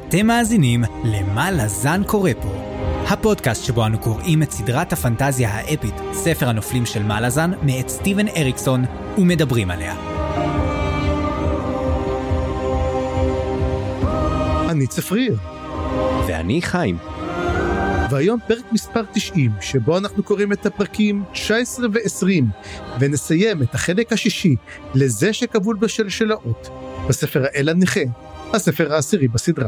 אתם מאזינים למה לזן קורא פה, הפודקאסט שבו אנו קוראים את סדרת הפנטזיה האפית, ספר הנופלים של מה לזן, מאת סטיבן אריקסון, ומדברים עליה. אני צפריר. ואני חיים. והיום פרק מספר 90, שבו אנחנו קוראים את הפרקים 19 ו-20, ונסיים את החלק השישי, לזה שכבול בשלשלאות, בספר האל הנכה, הספר העשירי בסדרה.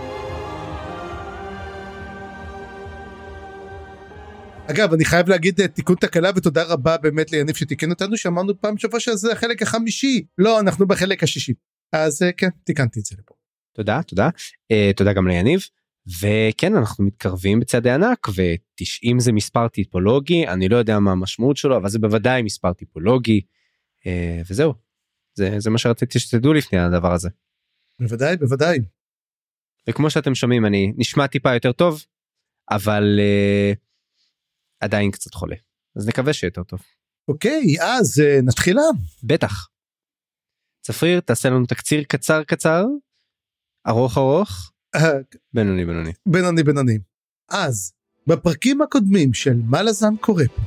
אגב, אני חייב להגיד תיקון תקלה, ותודה רבה באמת ליניב שתיקן אותנו, שאמרנו פעם שבוע שזה החלק החמישי, לא, אנחנו בחלק השישי. אז כן, תיקנתי את זה לפה. תודה, תודה. תודה גם ליניב. וכן, אנחנו מתקרבים בצעדי ענק, ו-90 זה מספר טיפולוגי, אני לא יודע מה המשמעות שלו, אבל זה בוודאי מספר טיפולוגי, וזהו. זה מה שרציתי שתדעו לפני הדבר הזה. בוודאי, בוודאי. וכמו שאתם שומעים, אני נשמע טיפה יותר טוב, אבל עדיין קצת חולה. אז נקווה שיותר טוב. אוקיי, אז נתחילה. בטח. צפריר, תעשה לנו תקציר קצר קצר, ארוך ארוך, בינוני. אז, בפרקים הקודמים של מה לזן קורא פה,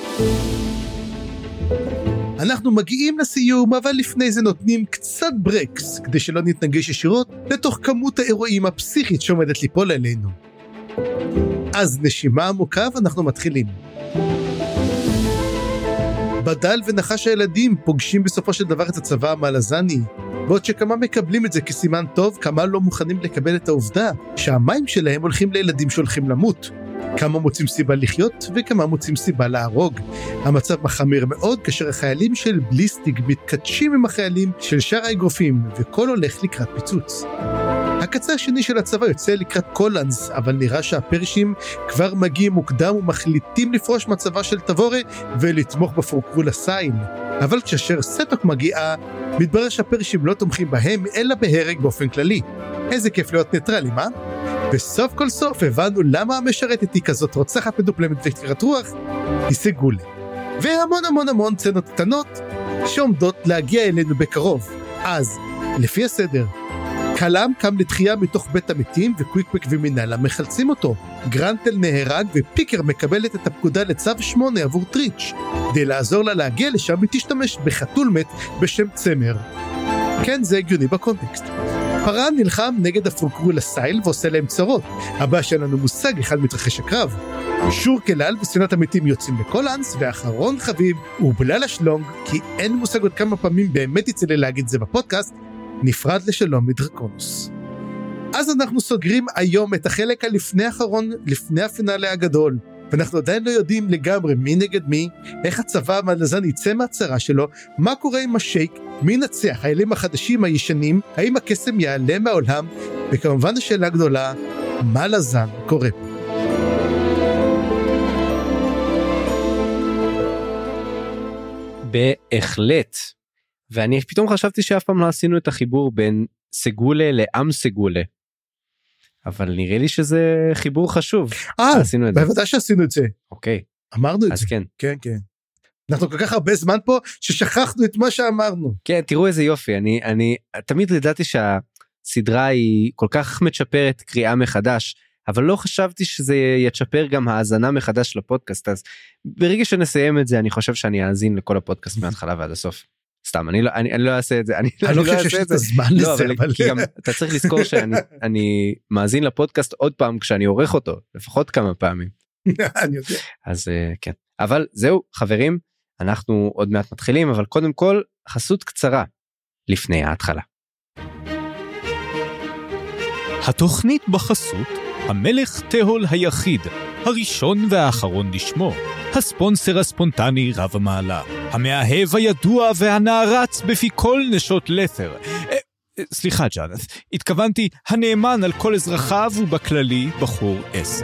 אנחנו מגיעים לסיום, אבל לפני זה נותנים קצת ברקס, כדי שלא נתנגש ישירות לתוך כמות האירועים הפסיכית שעומדת ליפול עלינו. אז נשימה עמוקה ואנחנו מתחילים. בדל ונחש הילדים פוגשים בסופו של דבר את הצבא המלזני, בעוד שכמה מקבלים את זה כסימן טוב, כמה לא מוכנים לקבל את העובדה שהמים שלהם הולכים לילדים שהולכים למות. כמה מוצאים סיבה לחיות וכמה מוצאים סיבה להרוג. המצב מחמיר מאוד כאשר החיילים של בליסטיג מתקדשים עם החיילים של שאר האגרופים, וכל הולך לקראת פיצוץ. הקצה השני של הצבא יוצא לקראת קולנס, אבל נראה שהפרשים כבר מגיעים מוקדם ומחליטים לפרוש מצבה של תבורה ולתמוך בפורקרול הסייל. אבל כשאשר סטוק מגיעה, מתברר שהפרשים לא תומכים בהם אלא בהרג באופן כללי. איזה כיף להיות ניטרלים, אה? בסוף כל סוף הבנו למה המשרתת היא כזאת רוצחת מדופלמת וקרת רוח, היא סגולה. והמון המון המון צנות קטנות שעומדות להגיע אלינו בקרוב. אז, לפי הסדר, קלם קם לתחייה מתוך בית המתים, וקוויקוויק ומינלה מחלצים אותו. גרנטל נהרג, ופיקר מקבלת את הפקודה לצו 8 עבור טריץ'. כדי לעזור לה להגיע לשם, היא תשתמש בחתול מת בשם צמר. כן, זה הגיוני בקונטקסט. פרן נלחם נגד הפורקרול הסייל ועושה להם צרות. הבא שלנו מושג אחד מתרחש הקרב. שור כלל וספינת המתים יוצאים לקולנס, ואחרון חביב הוא בלל השלונג, כי אין מושג עוד כמה פעמים באמת יצא לי להגיד זה בפודקאסט, נפרד לשלום מדרקונוס. אז אנחנו סוגרים היום את החלק הלפני האחרון, לפני הפינאלה הגדול, ואנחנו עדיין לא יודעים לגמרי מי נגד מי, איך הצבא המלזן יצא מהצרה שלו, מה קורה עם השייק, מי נצח, האלים החדשים הישנים, האם הקסם יעלה מהעולם, וכמובן השאלה הגדולה, מה לזן קורה פה. בהחלט. ואני פתאום חשבתי שאף פעם לא עשינו את החיבור בין סגולה לעם סגולה. אבל נראה לי שזה חיבור חשוב. בוודאי שעשינו את זה. אוקיי. אמרנו את אז זה. כן. כן, כן. אנחנו כל כך הרבה זמן פה ששכחנו את מה שאמרנו. כן, תראו איזה יופי. אני תמיד ידעתי שהסדרה היא כל כך מצ'פרת קריאה מחדש, אבל לא חשבתי שזה יצ'פר גם האזנה מחדש לפודקאסט. אז ברגע שנסיים את זה, אני חושב שאני אאזין לכל הפודקאסט מההתחלה ועד הסוף. סתם, אני לא אעשה את זה. אני לא חושב שיש את הזמן לזה, אבל... כי גם אתה צריך לזכור שאני מאזין לפודקאסט עוד פעם כשאני עורך אותו, לפחות כמה פעמים. אני יודע. אז כן. אבל זהו, חברים, אנחנו עוד מעט מתחילים, אבל קודם כל, חסות קצרה לפני ההתחלה. התוכנית בחסות, המלך תהול היחיד, הראשון והאחרון לשמו, הספונסר הספונטני רב המעלה, המאהב הידוע והנערץ בפי כל נשות לת'ר. סליחה ג'אנת, התכוונתי הנאמן על כל אזרחיו ובכללי בחור 10.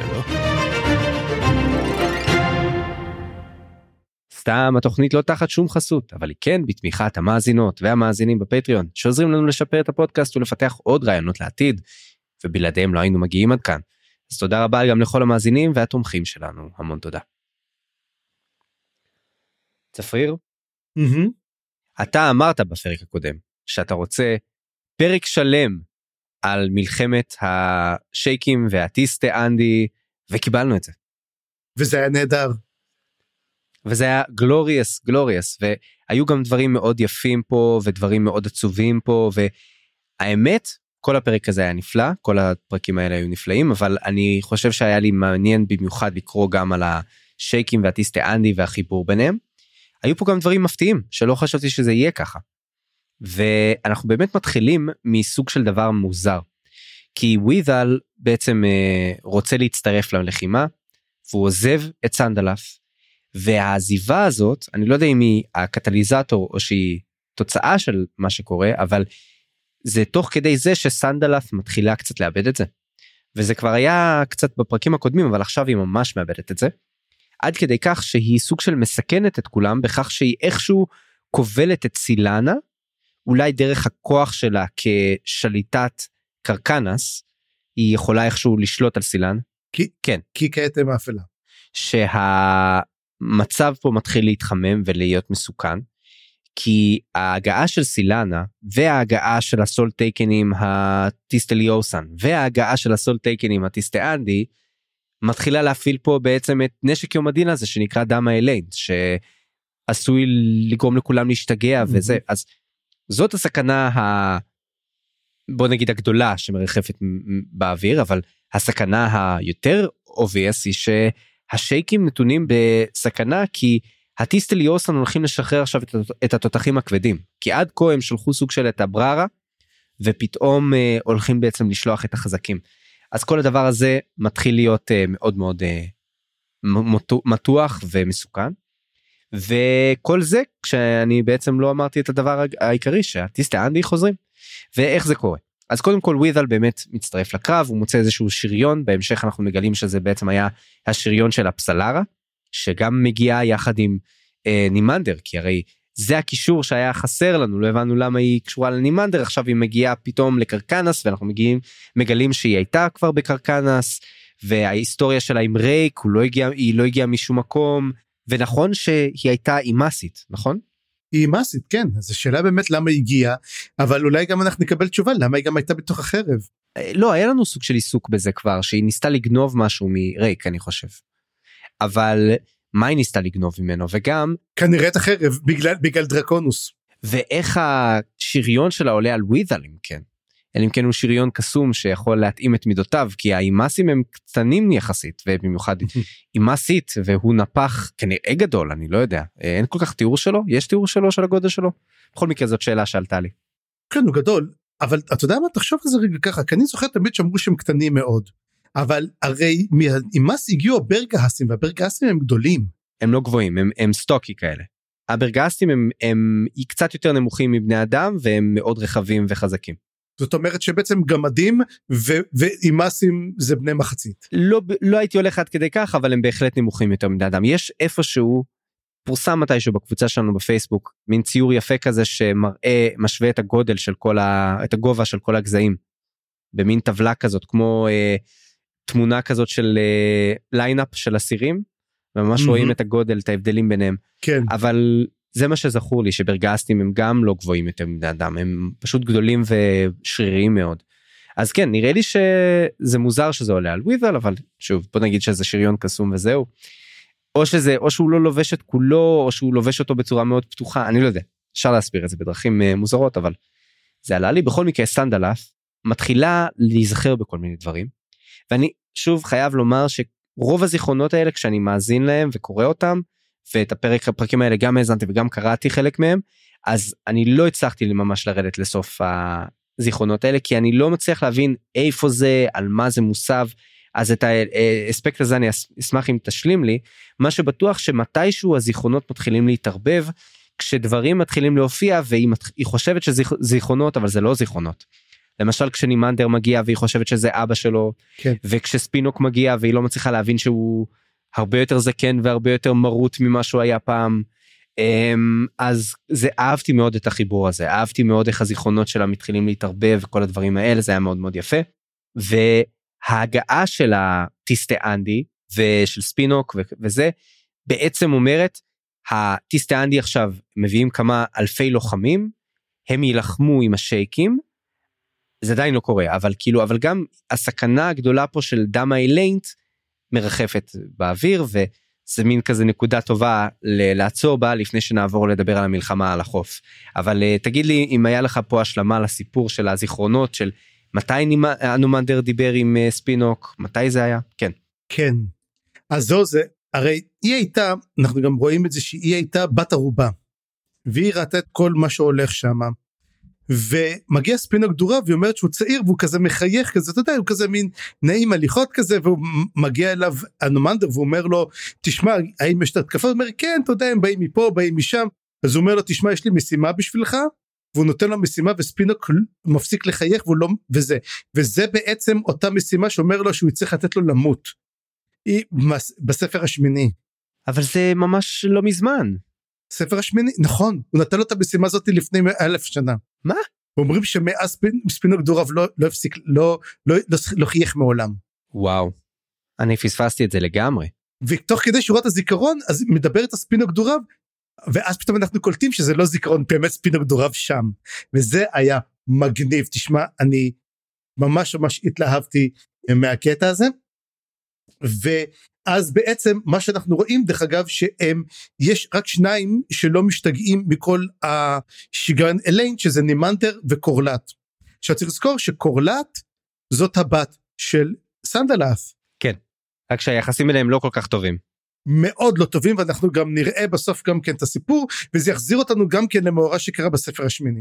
סתם, התוכנית לא תחת שום חסות, אבל היא כן בתמיכת המאזינות והמאזינים בפטריון, שעוזרים לנו לשפר את הפודקאסט ולפתח עוד רעיונות לעתיד, ובלעדיהם לא היינו מגיעים עד כאן. אז תודה רבה גם לכל המאזינים והתומכים שלנו, המון תודה. צפריר? אתה אמרת בפרק הקודם, שאתה רוצה פרק שלם על מלחמת השייקים והטיסטה אנדי, וקיבלנו את זה. וזה היה נהדר. וזה היה גלוריאס, והיו גם דברים מאוד יפים פה, ודברים מאוד עצובים פה, והאמת, כל הפרק הזה היה נפלא, כל הפרקים האלה היו נפלאים, אבל אני חושב שהיה לי מעניין במיוחד לקרוא גם על השייקים והטיסטה אנדי והחיבור ביניהם. היו פה גם דברים מפתיעים, שלא חשבתי שזה יהיה ככה. ואנחנו באמת מתחילים מסוג של דבר מוזר, כי ווית'ל בעצם רוצה להצטרף ללחימה, והוא עוזב את סנדלף, והעזיבה הזאת, אני לא יודע אם היא הקטליזטור, או שהיא תוצאה של מה שקורה, אבל זה תוך כדי זה שסנדלף מתחילה קצת לאבד את זה, וזה כבר היה קצת בפרקים הקודמים, אבל עכשיו היא ממש מאבדת את זה, עד כדי כך שהיא סוג של מסכנת את כולם, בכך שהיא איכשהו כובלת את סילנה, אולי דרך הכוח שלה כשליטת קרקנס, היא יכולה איכשהו לשלוט על סילן. כן. כי כעת הם האפלה. שהמצב פה מתחיל להתחמם ולהיות מסוכן, כי ההגעה של סילנה, וההגעה של הסול טייקנים הטיסטליוסן, וההגעה של הסול טייקנים הטיסטה אנדי, מתחילה להפעיל פה בעצם את נשק יום הדין הזה, שנקרא דם האליין, שעשוי לגרום לכולם להשתגע וזה, אז זאת הסכנה בוא נגיד הגדולה שמרחפת באוויר, אבל הסכנה היותר obvious היא שהשייקים נתונים בסכנה, כי הטיסטליוסן הולכים לשחרר עכשיו את התותחים הכבדים, כי עד כה הם שלחו סוג של את הבררה, ופתאום הולכים בעצם לשלוח את החזקים. אז כל הדבר הזה מתחיל להיות מאוד מאוד מתוח ומסוכן, וכל זה כשאני בעצם לא אמרתי את הדבר העיקרי, שהטיסטה אנדי חוזרים, ואיך זה קורה. אז קודם כל ווית'ל באמת מצטרף לקרב, הוא מוצא איזשהו שריון, בהמשך אנחנו מגלים שזה בעצם היה השריון של הפסלרה, שגם מגיעה יחד עם נימנדר, כי הרי זה הקישור שהיה חסר לנו, לא הבנו למה היא קשורה לנימנדר, עכשיו היא מגיעה פתאום לקרקנס, ואנחנו מגלים שהיא הייתה כבר בקרקנס, וההיסטוריה שלה עם רייק, היא לא הגיעה משום מקום, ונכון שהיא הייתה אימאסית, נכון? היא אימאסית, כן, אז השאלה באמת למה היא הגיעה, אבל אולי גם אנחנו נקבל תשובה, למה היא גם הייתה בתוך החרב? לא, היה לנו סוג של עיסוק בזה כבר, שהיא ניסתה לגנוב משהו מרייק, אני חושב. אבל מה היא ניסתה לגנוב ממנו, וגם... כנראה את החרב, בגלל דרקונוס. ואיך השריון שלה עולה על ווית'ל, אם כן. אלא אם כן הוא שריון קסום שיכול להתאים את מידותיו, כי האימאסים הם קטנים יחסית, ובמיוחד אימאסית, והוא נפח כנראה גדול, אני לא יודע. אין כל כך תיאור שלו? יש תיאור שלו, של הגודל שלו? בכל מקרה זאת שאלה שעלתה לי. כן, הוא גדול, אבל אתה יודע מה, תחשוב על זה רגע ככה, כי אני זוכר תמיד שאמרו שהם קטנים מאוד, אבל הרי מהאימאס הגיעו הברגהסים, והברגהסים הם גדולים. הם לא גבוהים, הם סטוקי כאלה. הברגהסים הם קצת יותר נמוכים מבני אדם, והם מאוד רחבים וחזקים. זאת אומרת שבעצם גמדים ואימאסים זה בני מחצית. לא הייתי הולך עד כדי כך, אבל הם בהחלט נמוכים יותר מבני אדם. יש איפשהו, פורסם מתישהו בקבוצה שלנו בפייסבוק, מין ציור יפה כזה שמראה, משווה את הגודל של את הגובה של כל הגזעים, במין טבלה כזאת, כמו תמונה כזאת של ליינאפ של אסירים, וממש רואים את הגודל, את ההבדלים ביניהם. כן. אבל זה מה שזכור לי, שברגסטים הם גם לא גבוהים יותר מבני אדם, הם פשוט גדולים ושריריים מאוד. אז כן, נראה לי שזה מוזר שזה עולה על ווית'ל, אבל שוב, בוא נגיד שזה שריון קסום וזהו. או שהוא לא לובש את כולו, או שהוא לובש אותו בצורה מאוד פתוחה, אני לא יודע. אפשר להסביר את זה בדרכים מוזרות, אבל זה עלה לי. בכל מקרה, סנדלף מתחילה להיזכר בכל מיני דברים, ואני שוב חייב לומר שרוב הזיכרונות האלה, כשאני מאזין להם וקורא אותם, ואת הפרקים האלה גם האזנתי וגם קראתי חלק מהם, אז אני לא הצלחתי ממש לרדת לסוף הזיכרונות האלה, כי אני לא מצליח להבין איפה זה, על מה זה מוסב, אז את האספקט הזה אני אשמח אם תשלים לי, מה שבטוח שמתישהו הזיכרונות מתחילים להתערבב, כשדברים מתחילים להופיע, והיא חושבת שזה זיכרונות, אבל זה לא זיכרונות. למשל כשנימנדר מגיע והיא חושבת שזה אבא שלו, כן. וכשספינוק מגיע והיא לא מצליחה להבין שהוא הרבה יותר זקן והרבה יותר מרות ממה שהוא היה פעם, אז אהבתי מאוד את החיבור הזה, אהבתי מאוד איך הזיכרונות שלה מתחילים להתערבב וכל הדברים האלה, זה היה מאוד מאוד יפה, וההגעה של הטיסטה אנדי ושל ספינוק וזה, בעצם אומרת, הטיסטה אנדי עכשיו מביאים כמה אלפי לוחמים, הם ילחמו עם השייקים, זה עדיין לא קורה, אבל כאילו, אבל גם הסכנה הגדולה פה של דמה איליינט מרחפת באוויר, וזה מין כזה נקודה טובה לעצור בה לפני שנעבור לדבר על המלחמה על החוף. אבל תגיד לי אם היה לך פה השלמה לסיפור של הזיכרונות של מתי אנומנדר דיבר עם ספינוק, מתי זה היה? כן. כן. אז זו זה, הרי היא הייתה, אנחנו גם רואים את זה שהיא הייתה בת ערובה, והיא ראתה את כל מה שהולך שם, ומגיע ספינוק דורה, והיא אומרת שהוא צעיר, והוא כזה מחייך כזה, אתה יודע, הוא כזה מין נעים הליכות כזה, והוא מגיע אליו אנומנדר, והוא אומר לו, תשמע, האם יש את התקפה? הוא אומר, כן, אתה יודע, הם באים מפה, באים משם, אז הוא אומר לו, תשמע, יש לי משימה בשבילך, והוא נותן לו משימה, וספינוק מפסיק לחייך, וזה בעצם אותה משימה, שאומר לו שהוא יצטרך לתת לו למות, היא בספר השמיני. אבל זה ממש לא מזמן. ספר השמיני, נכון, הוא נתן לו את המשימה הזאת לפני 1000 שנה. מה? אומרים שמאז ספינוק דורב לא הפסיק, לא חייך מעולם. וואו, אני פספסתי את זה לגמרי. ותוך כדי שורת הזיכרון, אז מדבר את הספינוק דורב, ואז פתאום אנחנו קולטים שזה לא זיכרון, באמת ספינוק דורב שם. וזה היה מגניב, תשמע, אני ממש התלהבתי מהקטע הזה, ואז בעצם מה שאנחנו רואים דרך אגב שיש רק 2 שלא משתגעים מכל השיגרן אליין, שזה נימנדר וקורלט. עכשיו צריך לזכור שקורלט זאת הבת של סנדלת. כן, רק שהיחסים אליהם לא כל כך טובים. מאוד לא טובים, ואנחנו גם נראה בסוף גם כן את הסיפור, וזה יחזיר אותנו גם כן למאורע שקרה בספר השמיני.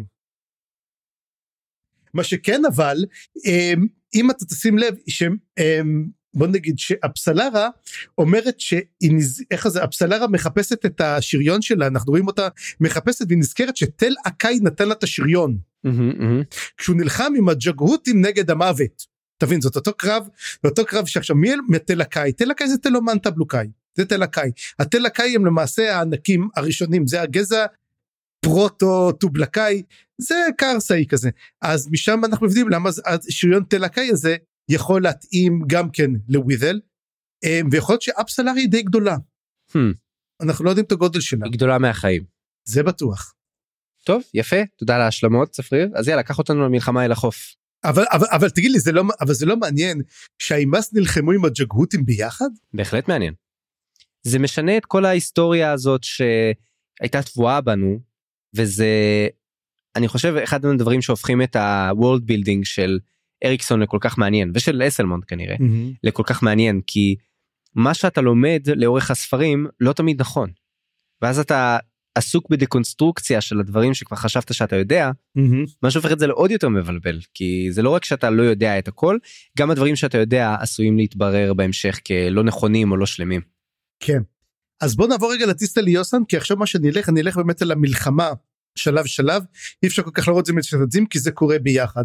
מה שכן אבל, אם אתה תשים לב בוא נגיד שהפסלרה אומרת הפסלרה מחפשת את השריון שלה, אנחנו רואים אותה מחפשת והיא נזכרת שתל אקאי נתן לה את השריון, כשהוא נלחם עם הג'גהותים נגד המוות, תבין, זאת אותו קרב שעכשיו מי מתל אקאי? תל אקאי זה תלומן טבלוקאי, זה תל אקאי, התל אקאי הם למעשה הענקים הראשונים, זה הגזע פרוטו טובלקאי, זה קרסאי כזה, אז משם אנחנו מבינים למה השריון תל אקאי הזה יכול להתאים גם כן לווית'ל, ויכול להיות שאפסלר היא די גדולה. אנחנו לא יודעים את הגודל שלה. היא גדולה מהחיים. זה בטוח. טוב, יפה, תודה על ההשלמות, צפריר. אז יאללה, קח אותנו למלחמה אל החוף. אבל תגיד לי, זה לא מעניין שהאימאס נלחמו עם הג'גהותים ביחד? בהחלט מעניין. זה משנה את כל ההיסטוריה הזאת שהייתה תבואה בנו, וזה, אני חושב, אחד מהדברים שהופכים את ה-world building של אריקסון לכל כך מעניין, ושל אסלמונד כנראה, לכל כך מעניין, כי מה שאתה לומד לאורך הספרים לא תמיד נכון, ואז אתה עסוק בדקונסטרוקציה של הדברים שכבר חשבת שאתה יודע, מה שהופך את זה לעוד יותר מבלבל, כי זה לא רק שאתה לא יודע את הכל, גם הדברים שאתה יודע עשויים להתברר בהמשך כלא נכונים או לא שלמים. כן, אז בוא נעבור רגע לטיסטה ליוסן, כי עכשיו מה שאני אלך באמת על המלחמה שלב שלב, אי אפשר כל כך לראות את זה משתתים, כי זה קורה ביחד.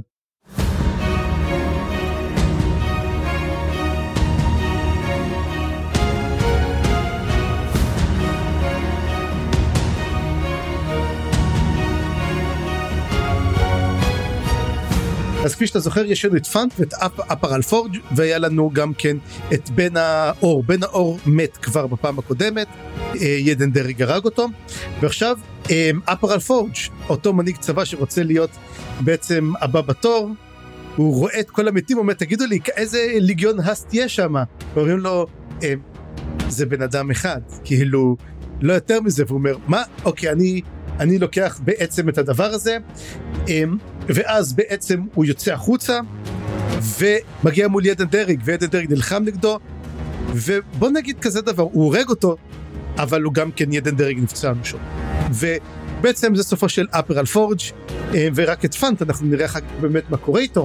אז כפי שאתה זוכר, יש לנו את פאנט ואת אפרל פורג' והיה לנו גם כן את בן האור מת כבר בפעם הקודמת, ידן דריג הרג אותו, ועכשיו אפרל פורג', אותו מנהיג צבא שרוצה להיות בעצם הבא בתור, הוא רואה את כל המתים, הוא אומר, תגידו לי, איזה ליגיון הסט יש שם? ואומרים לו, זה בן אדם אחד, כאילו, לא יותר מזה, והוא אומר, מה? אוקיי, אני לוקח בעצם את הדבר הזה, ואז בעצם הוא יוצא החוצה, ומגיע מול ידן דריג, וידן דריג נלחם נגדו, ובוא נגיד כזה דבר, הוא הורג אותו, אבל הוא גם כן ידן דריג נפצע אנושו. ובעצם זה סופו של אפרל פורג', ורק את פאנט, אנחנו נראה אחר כך באמת מה קורה איתו.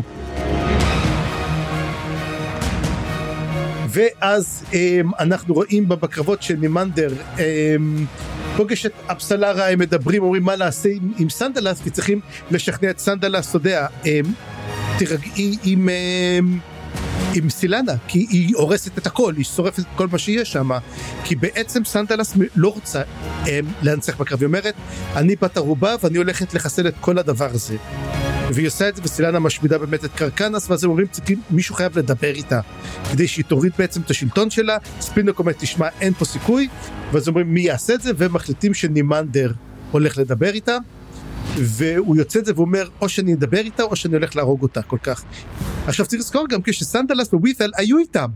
ואז אנחנו רואים בקרבות של נימנדר, פוגש את אפסלרה, הם מדברים, אומרים מה לעשה עם סנדלס, כי צריכים לשכנע את סנדלס, אתה יודע, תרגעי עם סילנה, כי היא הורסת את הכל, היא שורפת את כל מה שיש שם, כי בעצם סנדלס לא רוצה להנצח בקרב, היא אומרת, אני בת ערובה ואני הולכת לחסל את כל הדבר הזה, והיא עושה את זה, וסילנה משמידה באמת את קרקנס, ואז הם אומרים, מישהו חייב לדבר איתה, כדי שהיא תוריד בעצם את השלטון שלה. ספינוק אומר, תשמע, אין פה סיכוי, ואז אומרים, מי יעשה את זה, ומחליטים שנימנדר הולך לדבר איתה, והוא יוצא את זה ואומר, או שאני אדבר איתה, או שאני הולך להרוג אותה כל כך. עכשיו צריך לזכור גם כשסנדלס ווית'ל היו איתם,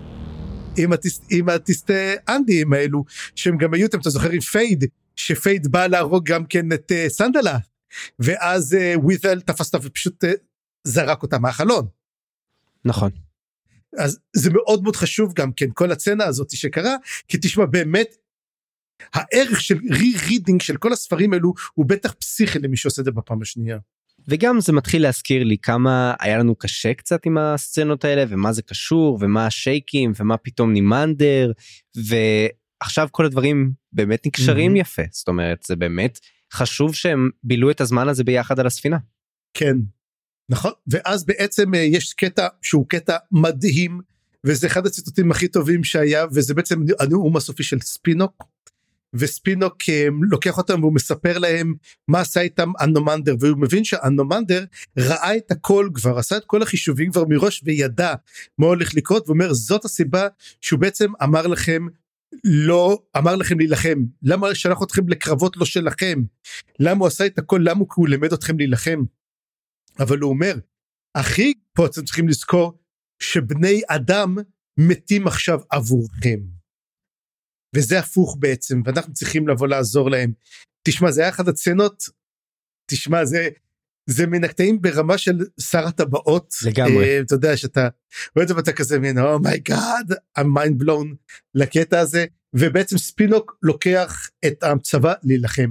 עם הטיסטי אנדיים האלו, שהם גם היו איתם, אתה זוכר עם פייד, שפייד בא להרוג גם כן את סנדלה, ואז ווית'ל תפס אותה ופשוט זרק אותה מהחלון. נכון. אז זה מאוד מאוד חשוב גם כן, כל הצנה הזאת שקרה, כי תשמע באמת, הערך של רי-רידינג של כל הספרים האלו, הוא בטח פסיכי למי שעושה את זה בפעם השנייה. וגם זה מתחיל להזכיר לי כמה היה לנו קשה קצת עם הסצנות האלה, ומה זה קשור, ומה השייקים, ומה פתאום נימנדר, ועכשיו כל הדברים באמת נקשרים יפה, זאת אומרת, זה באמת חשוב שהם בילו את הזמן הזה ביחד על הספינה. כן, נכון, ואז בעצם יש קטע שהוא קטע מדהים, וזה אחד הציטוטים הכי טובים שהיה, וזה בעצם הנאום הסופי של ספינוק, וספינוק לוקח אותם והוא מספר להם מה עשה איתם אנומנדר, והוא מבין שאנומנדר ראה את הכל כבר, עשה את כל החישובים כבר מראש וידע מה הולך לקרות, ואומר זאת הסיבה שהוא בעצם אמר לכם להילחם, למה שלח אתכם לקרבות לא שלכם, למה הוא עשה את הכל, למה הוא לימד אתכם להילחם, אבל הוא אומר, הכי פה אתם צריכים לזכור שבני אדם מתים עכשיו עבורכם, וזה הפוך בעצם, ואנחנו צריכים לבוא לעזור להם. תשמע, זה היה אחד הצנות, תשמע, זה מן הקטעים ברמה של שר הטבעות. לגמרי. אתה יודע שאתה רואה את זה ואתה כזה מין, Oh my God, I'm mind blown לקטע הזה, ובעצם ספינוק לוקח את הצבא להילחם.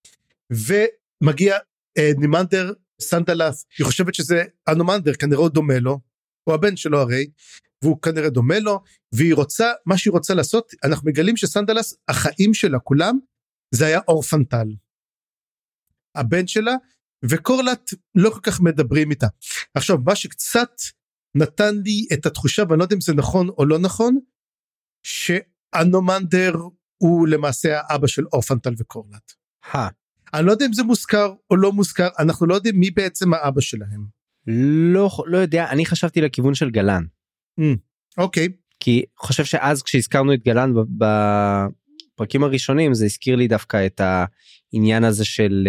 ומגיע נימנדר, סנדלס, היא חושבת שזה אנומנדר, כנראה הוא דומה לו, הוא הבן שלו הרי, והוא כנראה דומה לו, והיא רוצה, מה שהיא רוצה לעשות, אנחנו מגלים שסנדלס, החיים שלה כולם, זה היה אורפנטל. הבן שלה, וקורלט לא כל כך מדברים איתה. עכשיו, מה שקצת נתן לי את התחושה, ואני לא יודע אם זה נכון או לא נכון, שאנומנדר הוא למעשה האבא של אורפנטל וקורלט. אני לא יודע אם זה מוזכר או לא מוזכר, אנחנו לא יודעים מי בעצם האבא שלהם. לא יודע, אני חשבתי לכיוון של גלן. אוקיי. כי חושב שאז כשהזכרנו את גלן בפרקים הראשונים, זה הזכיר לי דווקא את העניין הזה של,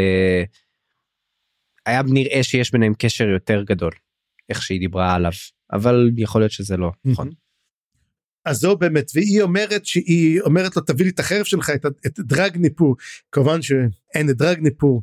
היה נראה שיש ביניהם קשר יותר גדול, איך שהיא דיברה עליו, אבל יכול להיות שזה לא, נכון? אז זו באמת, והיא אומרת לו, תביא לי את החרב שלך, את דרגניפור, כמובן שאין את דרגניפור,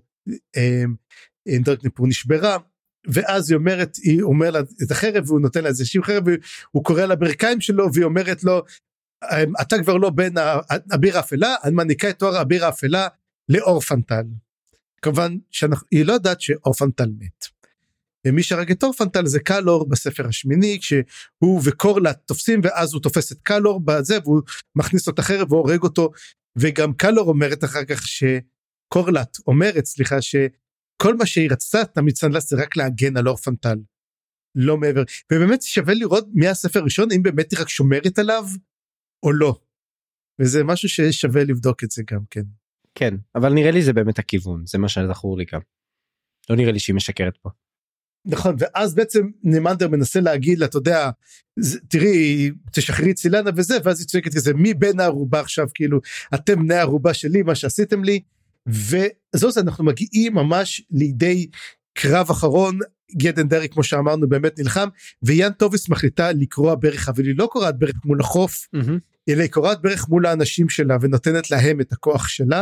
דרגניפור נשברה, ואז היא אומרת לה את החרב, והוא נותן לה איזושהי חרב, והוא קורא לה ברכיים שלו, והיא אומרת לו, אתה כבר לא בין אביר האפלה, אני מעניקה את תואר אביר האפלה לאורפנטל. כמובן שהיא לא יודעת שאורפנטל מת. ומי שהרג את אורפנטל זה קלור בספר השמיני, כשהוא וקורלט תופסים, ואז הוא תופס את קלור בזה, והוא מכניס לו את החרב והורג אותו, וגם קלור אומרת אחר כך שקורלט אומרת, סליחה, כל מה שהיא רצתה, תמיד סנדלס, זה רק להגן על אורפנטל, לא מעבר, ובאמת שווה לראות מהספר הראשון, אם באמת היא רק שומרת עליו, או לא, וזה משהו ששווה לבדוק את זה גם כן. כן, אבל נראה לי זה באמת הכיוון, זה מה שזכור לי גם, לא נראה לי שהיא משקרת פה. נכון, ואז בעצם נימנדר מנסה להגיד לה, אתה יודע, תראי, תשחררי את סילנה וזה, ואז היא צועקת כזה, מי בין הערובה עכשיו, כאילו, אתם בני הערובה שלי, מה שעשיתם לי, וזאת אנחנו מגיעים ממש לידי קרב אחרון, גדנדרי כמו שאמרנו באמת נלחם, ויאן טוביס מחליטה לקרוע ברך, אבל היא לא קורעת ברך מול החוף, אלא היא קורעת ברך מול האנשים שלה, ונותנת להם את הכוח שלה,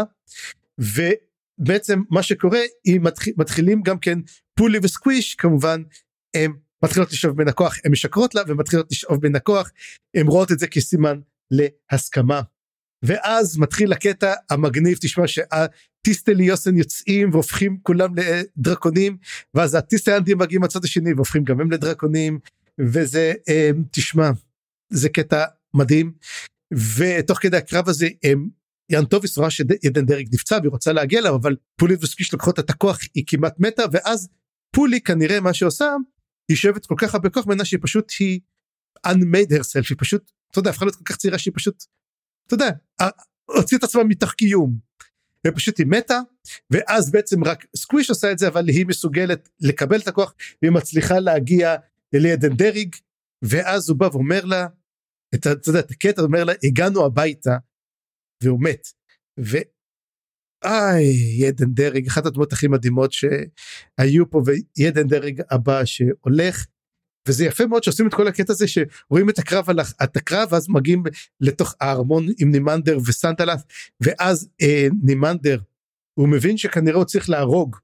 ובעצם מה שקורה, מתחילים גם כן, פולי וסקוויש כמובן, הם מתחילות לשאוב בין הכוח, הם משקרות לה, ומתחילות לשאוב בין הכוח, הם רואות את זה כסימן להסכמה, ואז מתחיל הקטע המגניב, תשמע שהטיסטלי יוסן יוצאים והופכים כולם לדרקונים, ואז הטיסטלנדים מגיעים מהצד השני והופכים גם הם לדרקונים, וזה, תשמע, זה קטע מדהים, ותוך כדי הקרב הזה, יאן טוביס רואה שגדנדרי נפצע והיא רוצה להגיע לה, אבל פולי וסקוויש לוקחות את הכוח, היא כמעט מתה, ואז פולי כנראה מה שעושה, היא שואבת כל כך הרבה כוח מנה שהיא פשוט, היא unmade herself, היא פשוט, אתה יודע, הפכה להיות כל כך צעירה שהיא פשוט, אתה יודע, הוציא את עצמה מתוך קיום, ופשוט היא מתה, ואז בעצם רק סקוויש עושה את זה, אבל היא מסוגלת לקבל את הכוח, והיא מצליחה להגיע לגדנדריג, ואז הוא בא ואומר לה, אתה יודע, את הקטע אומר לה, הגענו הביתה, והוא מת, ידן דרג, אחת הדמות הכי מדהימות שהיו פה, וידן דרג הבא שהולך, וזה יפה מאוד שעושים את כל הקטע הזה, שרואים את הקרב, ואז מגיעים לתוך הארמון עם נימנדר וסנדלס, ואז נימנדר, הוא מבין שכנראה הוא צריך להרוג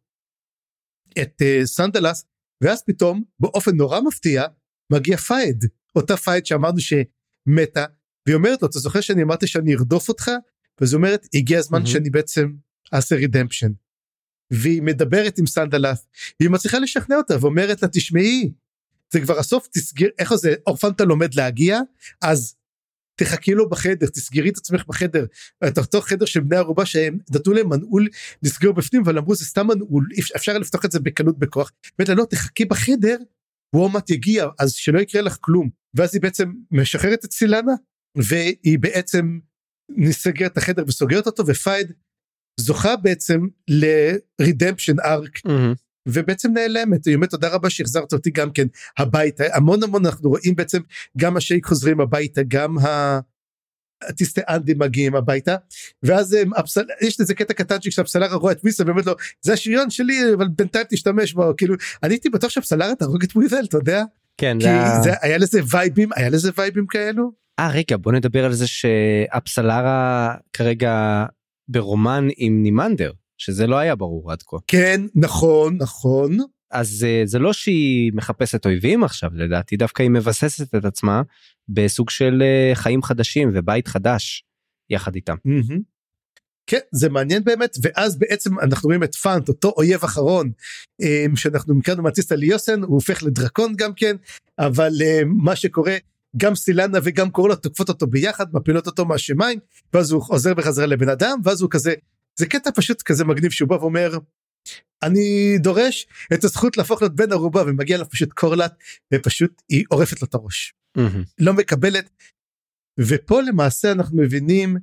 את סנדלס, ואז פתאום, באופן נורא מפתיע, מגיע פייד, אותה פייד שאמרנו שמתה, והיא אומרת לו, אתה זוכר שאני אמרתי שאני ארדוף אותך? ואז אומרת, הגיע הזמן שאני בעצם אעשה רידמפשן. והיא מדברת עם סנדלס, והיא מצליחה לשכנע אותה, ואומרת לה, תשמעי, זה כבר הסוף, תסגיר, איך זה, אורפנטה לומד להגיע, אז תחכי לו בחדר, תסגרי את עצמך בחדר, את אותו חדר של בני ערובה, שהם נתנו להם מנעול לסגור בפנים, אבל אמרו, זה סתם מנעול, אפשר לפתוח את זה בקלות בכוח, ואומרת לה, לא, תחכי בחדר, הוא עומת יגיע, אז שלא יקרה לך כלום, ואז היא בעצם משחררת את סילנה, והיא בעצם נסגרת את החדר וסוגרת אותו, ופייד זוכה בעצם לרידמפשן ארק, ובעצם נעלמת. היא אומרת, תודה רבה שהחזרת אותי גם כן הביתה, המון אנחנו רואים בעצם, גם השייק חוזרים הביתה, גם הטיסטי אנדי מגיעים הביתה, ואז יש לזה קטע קטן שכשהפסלרה רואה את ויסל, ואומרת לו, זה השריון שלי, אבל בינתיים תשתמש בו, כאילו, אני הייתי בטוח שהפסלרה תהרוג את ויסל, אתה יודע? כן, כי היה לזה וייבים כאלו? רגע, בוא נדבר על זה שהפסלרה כרגע ברומן עם נימנדר, שזה לא היה ברור עד כה. כן, נכון. אז זה לא שהיא מחפשת אויבים עכשיו, לדעתי, דווקא היא מבססת את עצמה בסוג של חיים חדשים ובית חדש יחד איתם. כן, זה מעניין באמת, ואז בעצם אנחנו רואים את פאנט, אותו אויב אחרון, שאנחנו מכאנו מהטיסטה ליוסן, הוא הופך לדרקון גם כן, אבל מה שקורה, גם סילנה וגם קורלה תוקפות אותו ביחד, מפילות אותו מהשמיים, ואז הוא עוזר בחזרה לבן אדם, ואז הוא כזה, זה קטע פשוט כזה מגניב, שהוא בא ואומר, אני דורש את הזכות להפוך להיות בן ערובה, ומגיע לה פשוט קורלת, ופשוט היא עורפת לו את הראש. לא מקבלת, ופה למעשה אנחנו מבינים,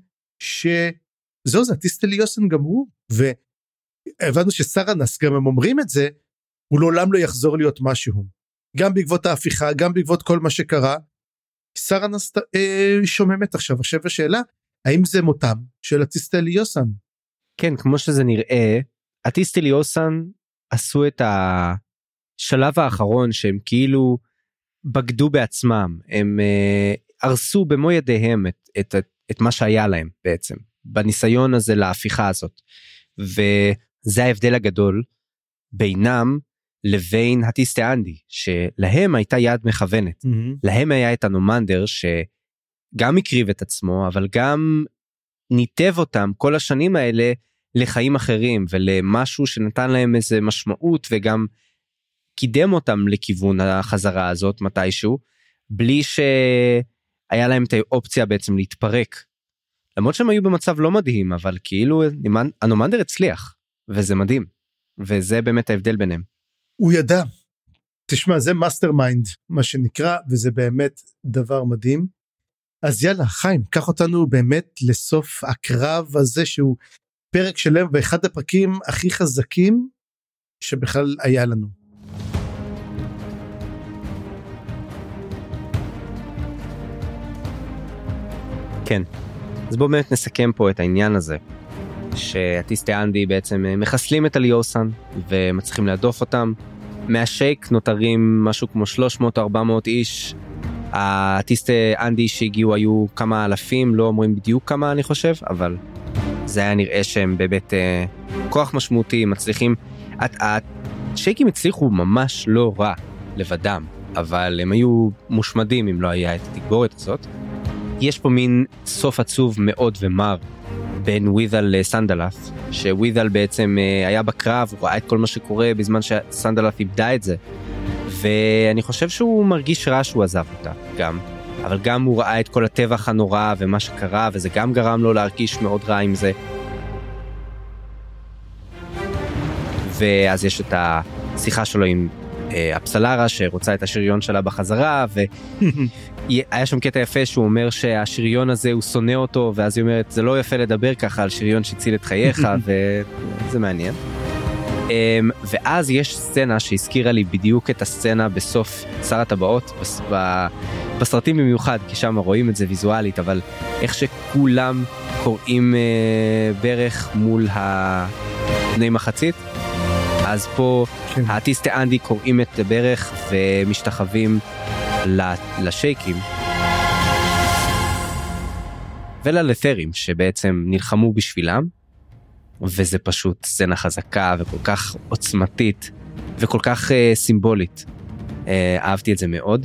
שזהו זה הטיסטה ליוסן גם הוא, והבנו שסרנס גם הם אומרים את זה, הוא לעולם לא יחזור להיות משהו, גם בעקבות ההפיכה, גם בעקבות כל מה שקרה, סרנס שוממת עכשיו השאלה, האם זה מותם של הטיסטה ליוסן? כן, כמו שזה נראה, הטיסטה ליוסן עשו את השלב האחרון, שהם כאילו בגדו בעצמם, הם הרסו במו ידיהם את מה שהיה להם בעצם, בניסיון הזה להפיכה הזאת, וזה ההבדל הגדול בינם לבין הטיסטה אנדי, שלהם הייתה יד מכוונת, להם היה את הנומנדר שגם הקריב את עצמו, אבל גם ניתב אותם כל השנים האלה לחיים אחרים, ולמשהו שנתן להם איזה משמעות, וגם קידם אותם לכיוון החזרה הזאת מתישהו, בלי שהיה להם את האופציה בעצם להתפרק, למרות שהם היו במצב לא מדהים, אבל כאילו הנומנדר הצליח, וזה מדהים, וזה באמת ההבדל ביניהם. הוא ידע, תשמע, זה מאסטר מיינד, מה שנקרא, וזה באמת דבר מדהים. אז יאללה, חיים, קח אותנו באמת לסוף הקרב הזה, שהוא פרק שלם, ואחד הפרקים הכי חזקים, שבכלל היה לנו. כן, אז בואו באמת נסכם פה את העניין הזה, שהטיסטה אנדי בעצם מחסלים את הליוסן, ומצליחים להדוף אותם, מהשייק נותרים משהו כמו 300-400 איש, הטיסטה אנדי שהגיעו היו כמה אלפים, לא אומרים בדיוק כמה אני חושב, אבל זה היה נראה שהם באמת כוח משמעותי, מצליחים, השייקים הצליחו ממש לא רע לבדם, אבל הם היו מושמדים אם לא היה את התגבורת הזאת. יש פה מין סוף עצוב מאוד ומר, בין וויזל לסנדלס, שוויזל בעצם היה בקרב, הוא ראה את כל מה שקורה בזמן שסנדלס איבדה את זה, ואני חושב שהוא מרגיש רע שהוא עזב אותה גם, אבל גם הוא ראה את כל הטבח הנורא ומה שקרה, וזה גם גרם לו להרגיש מאוד רע עם זה. ואז יש את השיחה שלו עם הפסלרה שרוצה את השריון שלה בחזרה, והיה שם קטע יפה שהוא אומר שהשריון הזה הוא שונא אותו, ואז היא אומרת זה לא יפה לדבר ככה על שריון שהציל את חייך, וזה מעניין. ואז יש סצנה שהזכירה לי בדיוק את הסצנה בסוף שר הטבעות, בסרטים במיוחד, כי שם רואים את זה ויזואלית, אבל איך שכולם קוראים ברך מול בני מחצית, אז פה האטיסטי אנדי קוראים את ברך ומשתחווים לשייקים וללת'רים שבעצם נלחמו בשבילם, וזה פשוט סצנה חזקה וכל כך עוצמתית וכל כך סימבולית. אהבתי את זה מאוד.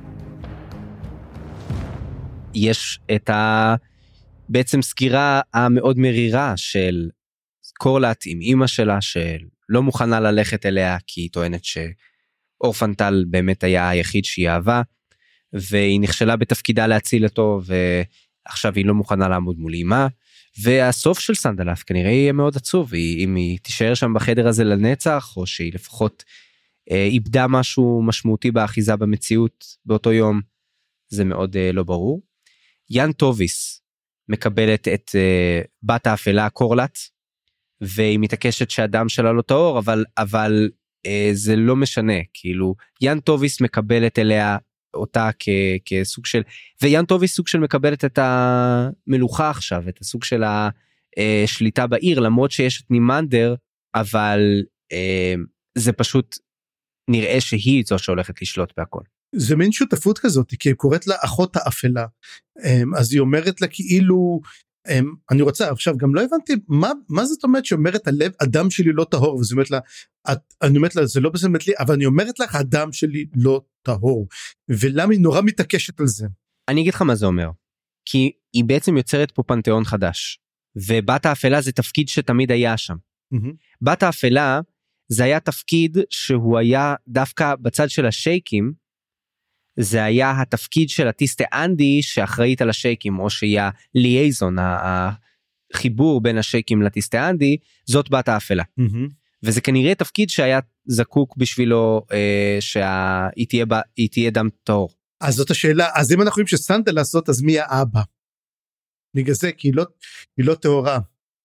יש את בעצם סגירה המאוד מרירה של קורלט עם אמא שלה שלא מוכנה ללכת אליה כי היא טוענת שאורפנטל באמת היה היחיד שהיא אהבה, והיא נכשלה בתפקידה להציל אותו ועכשיו היא לא מוכנה לעמוד מול אמא, והסוף של סנדלף כנראה יהיה מאוד עצוב, אם היא תישאר שם בחדר הזה לנצח או שהיא לפחות איבדה משהו משמעותי באחיזה במציאות באותו יום, זה מאוד לא ברור. יאן טוביס מקבלת את בת האפלה קורלט, והיא מתעקשת שהדם שלה לא טהור, אבל זה לא משנה, כאילו יאן טוביס מקבלת אליה אותה כסוג של, ויאן טוביס סוג של מקבלת את המלוכה עכשיו, את הסוג של השליטה בעיר, למרות שיש את נימנדר, אבל זה פשוט נראה שהיא זו שהולכת לשלוט בהכל. זה מין שותפות כזאת, כי היא קוראת לה אחות האפלה, אז היא אומרת לה כאילו, אני רוצה, עכשיו גם לא הבנתי, מה זאת אומרת שאומרת הלב, הדם שלי לא טהור, וזה אומרת לה, אני אומרת לה, זה לא בסמת לי, אבל אני אומרת לך, הדם שלי לא טהור, ולמה היא נורא מתעקשת על זה? אני אגיד לך מה זה אומר, כי היא בעצם יוצרת פה פנתיאון חדש, ובת האפלה זה תפקיד שתמיד היה שם. בת האפלה, זה היה תפקיד שהוא היה דווקא בצד של השייקים, זה היה התפקיד של אטיסטי אנדי שאחראית על השייקים, או שהיא הליאזון, החיבור בין השייקים לאטיסטי אנדי, זאת בת האפלה. וזה כנראה תפקיד שהיה זקוק בשבילו שהיא תהיה דם טהור. אז זאת השאלה, אז אם אנחנו רואים שסנטה לעשות, אז מי האבא? בגלל זה, כי היא לא טהורה.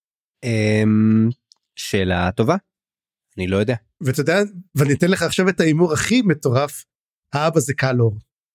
שאלה טובה, אני לא יודע. ואתה יודע, ואני אתן לך עכשיו את האימור הכי מטורף, האבא זה קלור.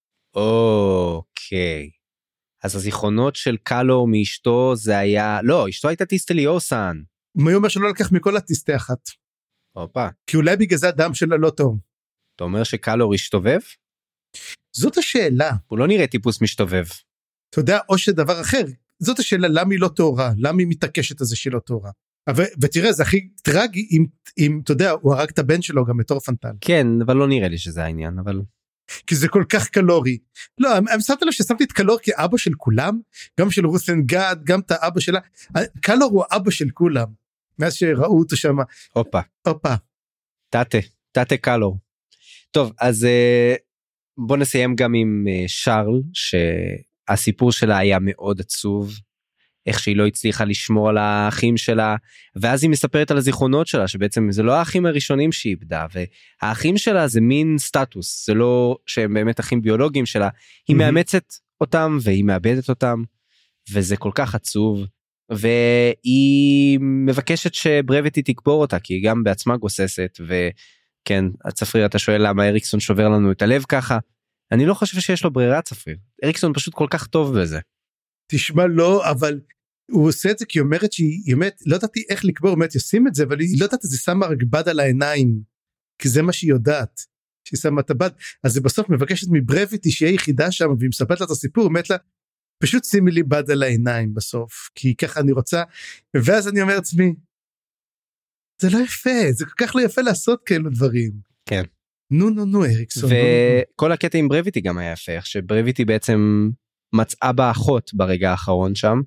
אוקיי. אז הזיכרונות של קלור מאשתו זה היה, לא, אשתו הייתה טיסטליוסן. מי אומר שלא לקח מכל הטיסטה אחת? אופה. כי אולי בגלל זה הדם שלה לא טוב. אתה אומר שקלור השתובב? זאת השאלה. הוא לא נראה טיפוס משתובב. אתה יודע, או שדבר אחר. זאת השאלה, למה היא לא טהורה? למה היא מתעקשת על זה שהיא לא טהורה? ותראה, זה הכי טרגי, אם אתה יודע, הוא הרג את הבן שלו גם בתור פנטל. כן, אבל לא נראה לי שזה העניין, אבל... כי זה כל כך קלורי. לא, שמתי לו ששמתי את קלור כאבא של כולם, גם של רוסן גד, גם את האבא שלה. קלור הוא האבא של כולם, מאז שראו אותו שם. הופה. תתה קלור. טוב, אז בוא נסיים גם עם שרל, שהסיפור שלה היה מאוד עצוב, איך שהיא לא הצליחה לשמור על האחים שלה, ואז היא מספרת על הזיכרונות שלה, שבעצם זה לא האחים הראשונים שהיא איבדה, והאחים שלה זה מין סטטוס, זה לא שהם באמת אחים ביולוגיים שלה, היא מאמצת אותם, והיא מאבדת אותם, וזה כל כך עצוב, והיא מבקשת שברביטי תקבור אותה, כי היא גם בעצמה גוססת, וכן, הצפריר, אתה שואל למה אריקסון שובר לנו את הלב ככה, אני לא חושב שיש לו ברירה צפריר, אריקסון פשוט כל כך טוב בזה. תשמע, לא, אבל הוא עושה את זה כי היא אומרת שהיא אומרת, לא ידעתי איך לקבור, אומרת, ישים את זה, אבל היא לא יודעת, זה שמה רק בד על העיניים, כי זה מה שהיא יודעת, שהיא שמה את הבד, אז היא בסוף מבקשת מברויטי שיהיה יחידה שם, והיא מספרת לה את הסיפור, אומרת לה, פשוט שימי לי בד על העיניים בסוף, כי ככה אני רוצה, ואז אני אומר לעצמי, זה לא יפה, זה כל כך לא יפה לעשות כאלו דברים. כן. נו, אריקסון. וכל הקטע עם ברביטי גם היה יפה, איך שברביטי בעצם מצאה בה אחות ברגע האחרון שם,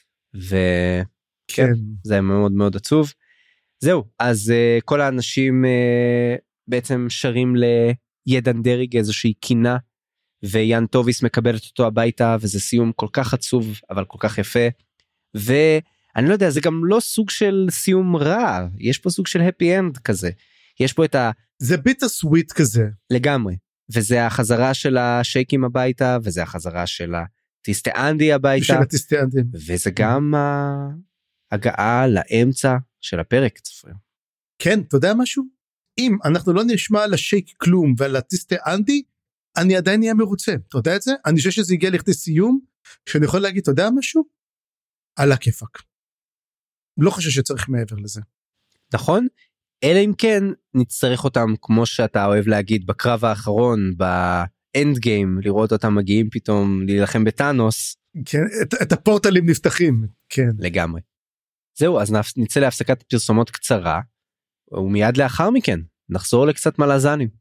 וכן, זה היה מאוד מאוד עצוב. זהו, אז כל האנשים בעצם שרים לידנדריג איזושהי קינה, ויאן טוביס מקבלת אותו הביתה, וזה סיום כל כך עצוב, אבל כל כך יפה, ואני לא יודע, זה גם לא סוג של סיום רע, יש פה סוג של happy end כזה, יש פה את זה ביטר סוויט כזה. לגמרי, וזה החזרה של השייקים הביתה, וזה החזרה של הטיסטי אנדי הביתה, וזה גם הגעה לאמצע של הפרק צפריר. כן, אתה יודע משהו? אם אנחנו לא נשמע על השייק כלום ועל הטיסטה אנדי, אני עדיין אהיה מרוצה, אתה יודע את זה? אני חושב שזה הגיע לכדי סיום, שאני יכול להגיד, אתה יודע משהו? על הכיפק. לא חושב שצריך מעבר לזה. נכון? אלא אם כן נצטרך אותם, כמו שאתה אוהב להגיד, בקרב האחרון, באנד גיים, לראות אותם מגיעים פתאום להילחם בטאנוס. כן, את הפורטלים נפתחים, כן. לגמרי. זהו, אז נצא להפסקת פרסומות קצרה, ומיד לאחר מכן נחזור לקצת מלזנים.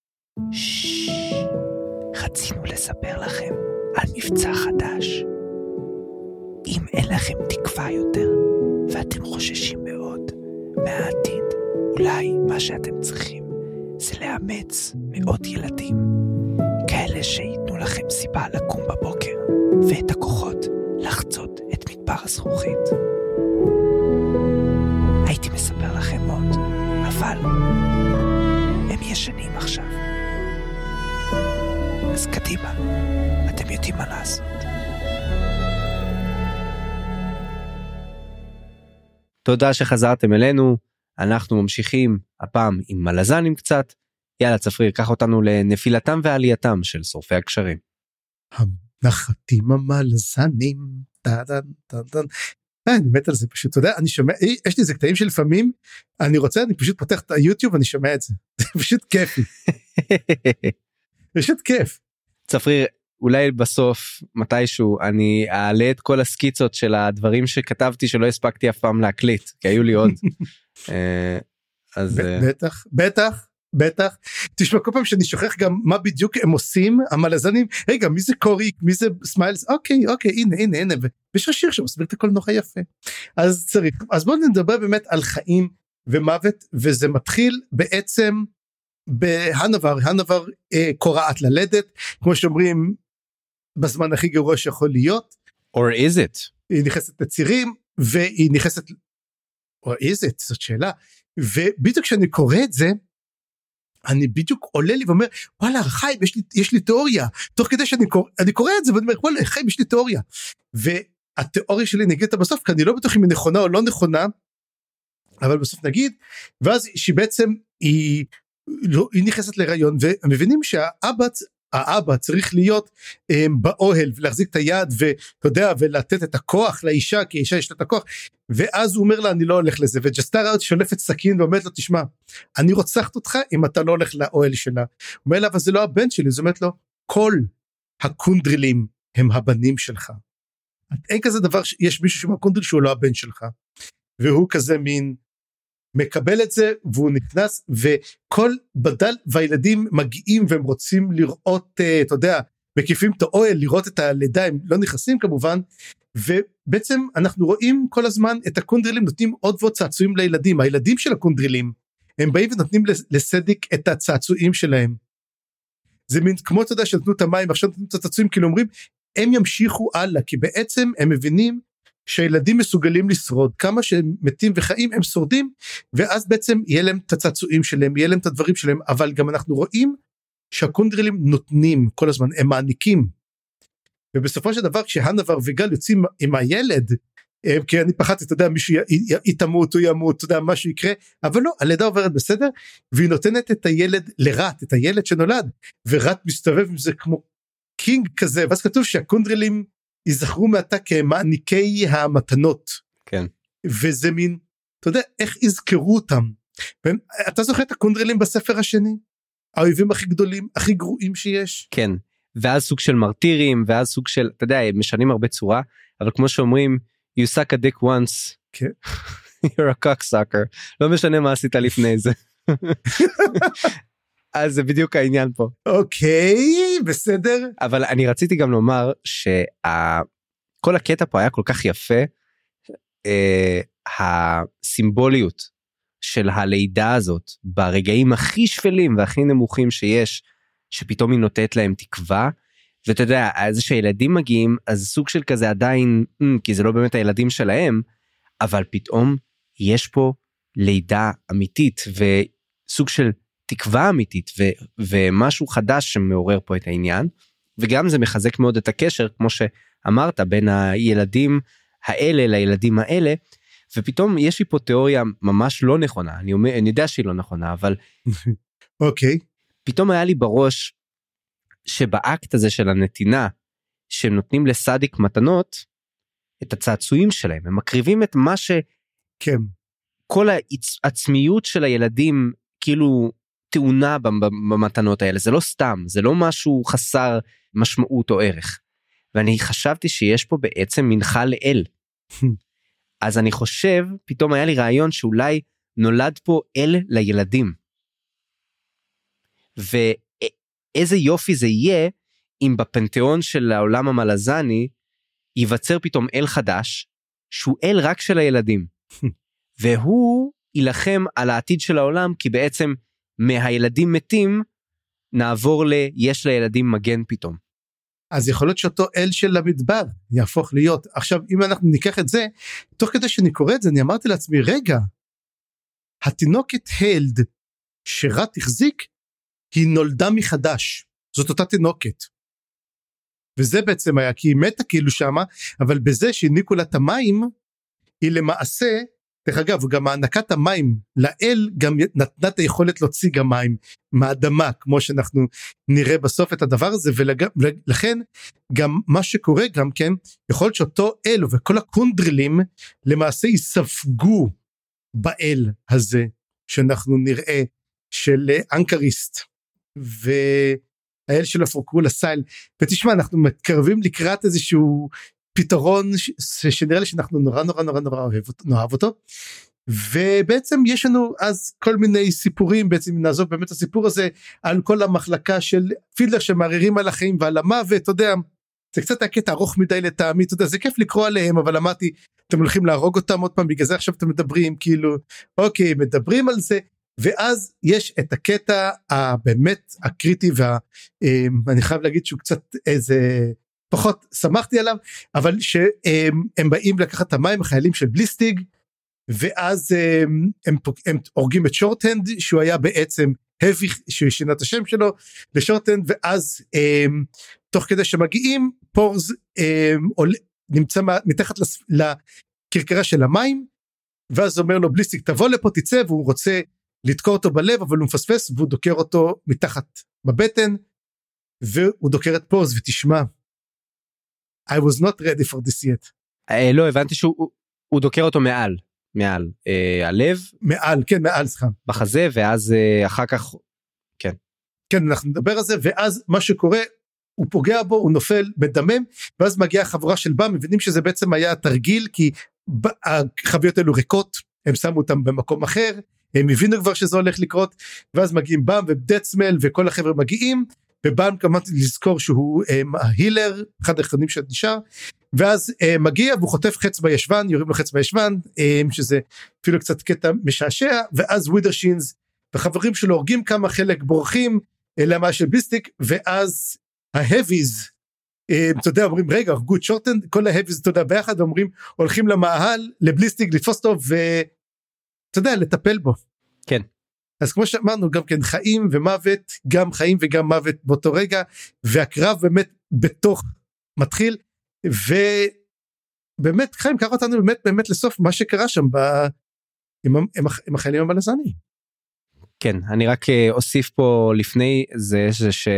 רצינו לספר לכם על מבצע חדש. אם אין לכם תקווה יותר, ואתם חוששים מאוד מהעתיד, אולי מה שאתם צריכים זה לאמץ מאות ילדים, כאלה שיתנו לכם סיבה לקום בבוקר, ואת הכוחות לחצות את מדבר הזכוכית. הייתי מספר לכם עוד, אבל הם ישנים עכשיו. אז קדימה, אתם יודעים מה לעשות. תודה שחזרתם אלינו, אנחנו ממשיכים הפעם עם מלזנים קצת. יאללה צפריר, קח אותנו לנפילתם ועלייתם של שורפי הקשרים. הנחתים המלזנים, אני מת על זה פשוט, אתה יודע, אני שומע, יש לי איזה קטעים שלפעמים, אני פשוט פותח את היוטיוב ואני שומע את זה, זה פשוט כיפי. פשוט כיף. צפריר, אולי בסוף, מתישהו, אני אעלה את כל הסקיצות של הדברים שכתבתי שלא הספקתי אף פעם להקליט, כי היו לי עוד. אז... בטח. תשמע, כל פעם שאני שוכח גם מה בדיוק הם עושים, המלזנים, רגע, מי זה קוריק, מי זה סמיילס, אוקיי, הנה, ויש שיר שמסביר את הכל נורא יפה. אז בואו נדבר באמת על חיים ומוות, וזה מתחיל בעצם בהנבר קורעת ללדת, כמו שאומרים, בזמן הכי גרוע שיכול להיות. Or is it? היא נכנסת לצירים, והיא נכנסת, or is it? זאת שאלה. ובדיוק כשאני קורא את זה, אני בדיוק עולה לי ואומר, וואלה, חיים, יש לי תיאוריה. תוך כדי שאני קורא את זה, ואני אומר, וואלה, חיים, יש לי תיאוריה. והתיאוריה שלי נגיד אותה בסוף, כי אני לא בטוח אם היא נכונה או לא נכונה, אבל בסוף נגיד, ואז שבעצם היא נכנסת להיריון, ומבינים האבא צריך להיות באוהל ולהחזיק את היד ואתה יודע ולתת את הכוח לאישה כי האישה יש לה את הכוח, ואז הוא אומר לה אני לא הולך לזה, וג'סטרה שולפת סכין ואומרת לו תשמע אני רוצחת אותך אם אתה לא הולך לאוהל שלה. הוא אומר לה אבל זה לא הבן שלי, זאת אומרת לו כל הקונדרילים הם הבנים שלך, אין כזה דבר יש מישהו שהוא הקונדריל שהוא לא הבן שלך, והוא כזה מין מקבל את זה והוא נכנס וכל בדל והילדים מגיעים והם רוצים לראות אתה יודע מקיפים את האוהל לראות את הלידה, הם לא נכנסים כמובן, ובעצם אנחנו רואים כל הזמן את הקונדרילים נותנים עוד ועוד צעצועים לילדים, הילדים של הקונדרילים הם באים ונותנים לסדיק את הצעצועים שלהם, זה מין כמו אתה יודע שנתנו את המים עכשיו נותנים את הצעצועים כאילו אומרים הם ימשיכו הלאה כי בעצם הם מבינים שהילדים מסוגלים לשרוד, כמה שהם מתים וחיים הם שורדים, ואז בעצם יהיה להם את הצעצועים שלהם, יהיה להם את הדברים שלהם, אבל גם אנחנו רואים שהקונדרילים נותנים כל הזמן, הם מעניקים, ובסופו של דבר כשהנבר וגל יוצאים עם הילד, כי אני פחדתי, אתה יודע, מישהו יתמות או ימות, אתה יודע, משהו יקרה, אבל לא, הלידה עוברת בסדר, והיא נותנת את הילד לרט, את הילד שנולד, ורט מסתובב עם זה כמו קינג כזה, ואז כתוב שהקונדרילים יזכרו מעתה כמעניקי המתנות. כן. וזה מין, אתה יודע, איך יזכרו אותם? אתה זוכר את הקונדרילים בספר השני? האויבים הכי גדולים, הכי גרועים שיש? כן, ואז סוג של מרטירים, ואז סוג של, אתה יודע, הם משנים הרבה צורה, אבל כמו שאומרים, you suck a dick once, כן. you're a cocksucker, לא משנה מה עשית לפני זה. אז זה בדיוק העניין פה. אוקיי, בסדר. אבל אני רציתי גם לומר שכל הקטע פה היה כל כך יפה, הסימבוליות של הלידה הזאת, ברגעים הכי שפלים והכי נמוכים שיש, שפתאום היא נותנת להם תקווה, ואתה יודע, זה שהילדים מגיעים, אז סוג של כזה עדיין, כי זה לא באמת הילדים שלהם, אבל פתאום יש פה לידה אמיתית, וסוג של תקווה אמיתית, ומשהו חדש שמעורר פה את העניין, וגם זה מחזק מאוד את הקשר, כמו שאמרת, בין הילדים האלה לילדים האלה, ופתאום יש לי פה תיאוריה ממש לא נכונה, אני יודע שהיא לא נכונה, אבל אוקיי. פתאום היה לי בראש שבאקט הזה של הנתינה, שהם נותנים לסדיק מתנות, את הצעצועים שלהם, הם מקריבים את מה ש... כן. כל העצמיות של הילדים, כאילו טעונה במתנות האלה, זה לא סתם, זה לא משהו חסר משמעות או ערך. ואני חשבתי שיש פה בעצם מנחה לאל. אז אני חושב, פתאום היה לי רעיון שאולי נולד פה אל לילדים. ואיזה יופי זה יהיה, אם בפנתיאון של העולם המלזני, ייווצר פתאום אל חדש, שהוא אל רק של הילדים. והוא ילחם על העתיד של העולם, כי בעצם מהילדים מתים, נעבור יש לילדים מגן פתאום. אז יכול להיות שאותו אל של המדבר יהפוך להיות. עכשיו, אם אנחנו ניקח את זה, תוך כדי שאני קורא את זה, אני אמרתי לעצמי, רגע, התינוקת הלד שרת החזיק, היא נולדה מחדש. זאת אותה תינוקת. וזה בעצם היה, כי היא מתה כאילו שמה, אבל בזה שהניקו לה את המים, היא למעשה, דרך אגב, גם הענקת המים לאל, גם נתנה את היכולת להוציא גם מים מהאדמה, כמו שאנחנו נראה בסוף את הדבר הזה, ולכן גם מה שקורה גם כן, יכול להיות שאותו אל וכל הקונדרלים, למעשה יספגו באל הזה, שאנחנו נראה, של אנקריסט, האל של הפרוקרול הסייל, ותשמע, אנחנו מתקרבים לקראת איזשהו פתרון שנראה לי שאנחנו נורא נאהב אותו, ובעצם יש לנו אז כל מיני סיפורים, בעצם נעזוב באמת הסיפור הזה, על כל המחלקה של פילדר שמערערים על החיים ועל המוות, אתה יודע, זה קצת הקטע ארוך מדי לטעמי, אתה יודע, זה כיף לקרוא עליהם, אבל אמרתי, אתם הולכים להרוג אותם עוד פעם, בגלל זה עכשיו אתם מדברים, כאילו, אוקיי, מדברים על זה, ואז יש את הקטע הבאמת הקריטי, ואני חייב להגיד שהוא קצת איזה, פחות שמחתי עליו, אבל שהם באים לקחת את המים, החיילים של בליסטיג, ואז הם הורגים את שורטהנד, שהוא היה בעצם הביך, שהוא שינה את השם שלו, לשורטהנד, ואז תוך כדי שמגיעים, פורז נמצא מתחת לקרקרה של המים, ואז אומר לו בליסטיג, תבוא לפה תצא, והוא רוצה לתקור אותו בלב, אבל הוא מפספס, והוא דוקר אותו מתחת בבטן, והוא דוקר את פורז, ותשמע, I was not ready for this yet. לא, הבנתי שהוא דוקר אותו מעל, הלב. מעל, כן, מעל, סליחה. בחזה, ואז אחר כך, כן. כן, אנחנו נדבר על זה, ואז מה שקורה, הוא פוגע בו, הוא נופל, מדמם, ואז מגיעה החבורה של בם, מבינים שזה בעצם היה תרגיל, כי החביות האלו ריקות, הם שמו אותם במקום אחר, הם הבינו כבר שזה הולך לקרות, ואז מגיעים בם ודצמל, וכל החבר'ה מגיעים, ובם כמובן לזכור שהוא ההילר, אחד האחרונים שנשאר, ואז מגיע והוא חוטף חץ בישבן, יורים לו חץ בישבן, שזה אפילו קצת קטע משעשע, ואז ווידרשינס וחברים שלו הורגים כמה, חלק בורחים למה של בליסטיק, ואז ההביז, אתה יודע, אומרים רגע, הרגו את שורטהנד, כל ההביז, אתה יודע, ביחד, אומרים, הולכים למאהל, לבליסטיק, לתפוס אותו, ואתה יודע, לטפל בו. כן. אז כמו שאמרנו, גם כן חיים ומוות, גם חיים וגם מוות באותו רגע, והקרב באמת בתוך מתחיל, ובאמת חיים קרא אותנו באמת לסוף מה שקרה שם עם החיילים המלזני. כן, אני רק אוסיף פה לפני זה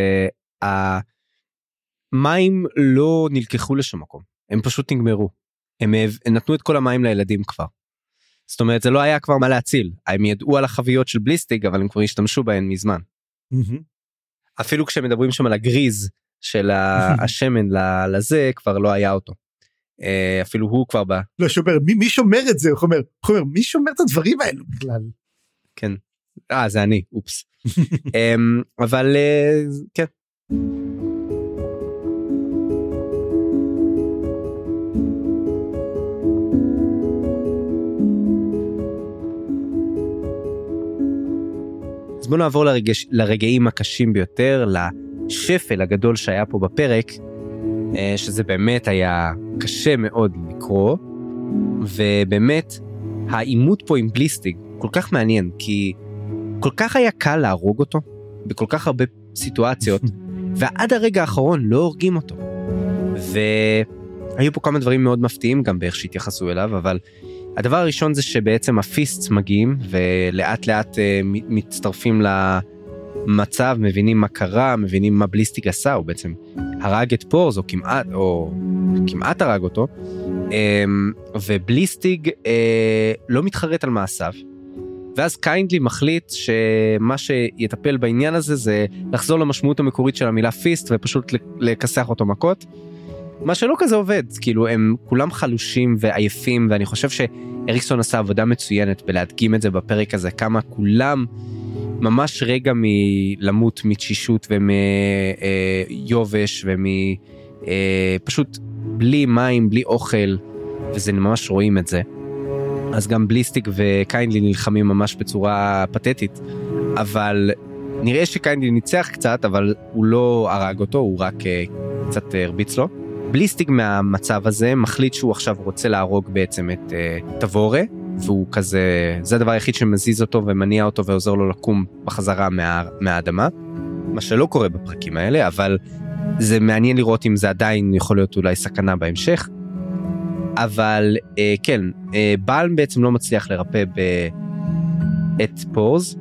שהמים לא נלקחו לשם מקום, הם פשוט נגמרו, הם נתנו את כל המים לילדים כבר. זאת אומרת, זה לא היה כבר מה להציל, הם ידעו על החביות של בליסטיג, אבל הם כבר השתמשו בהן מזמן. אפילו כשמדברים שם על הגריז של השמן לזה, כבר לא היה אותו. אפילו הוא כבר בא. לא, שאומר, מי שומר את זה? הוא אומר, מי שומר את הדברים האלו בכלל? כן. זה אני, אופס. אבל כן. אז בואו נעבור לרגעים הקשים ביותר, לשפל הגדול שהיה פה בפרק, שזה באמת היה קשה מאוד לקרוא, ובאמת העימות פה עם בליסטיג כל כך מעניין, כי כל כך היה קל להרוג אותו, בכל כך הרבה סיטואציות, ועד הרגע האחרון לא הורגים אותו. והיו פה כמה דברים מאוד מפתיעים גם באיך שהתייחסו אליו, אבל הדבר הראשון זה שבעצם הפיסטס מגיעים, ולאט לאט מצטרפים למצב, מבינים מה קרה, מבינים מה בליסטיג עשה, הוא בעצם הרג את פורס, או כמעט הרג אותו, ובליסטיג לא מתחרט על מעשיו, ואז קיינדלי מחליט שמה שיטפל בעניין הזה זה לחזור למשמעות המקורית של המילה פיסט ופשוט לכסח אותו מכות, מה שלא כזה עובד, כאילו הם כולם חלושים ועייפים, ואני חושב שאריקסון עשה עבודה מצוינת בלהדגים את זה בפרק הזה, כמה כולם ממש רגע מלמות מתשישות ומיובש פשוט בלי מים, בלי אוכל, וזה ממש רואים את זה. אז גם בליסטיג וקיינדלי נלחמים ממש בצורה פתטית, אבל נראה שקיינדלי ניצח קצת, אבל הוא לא הרג אותו, הוא רק קצת הרביץ לו. בליסטיג מהמצב הזה מחליט שהוא עכשיו רוצה להרוג בעצם את תבורה, והוא כזה, זה הדבר היחיד שמזיז אותו ומניע אותו ועוזר לו לקום בחזרה מהאדמה, מה שלא קורה בפרקים האלה, אבל זה מעניין לראות אם זה עדיין יכול להיות אולי סכנה בהמשך. אבל כן, בלם בעצם לא מצליח לרפא את פורס,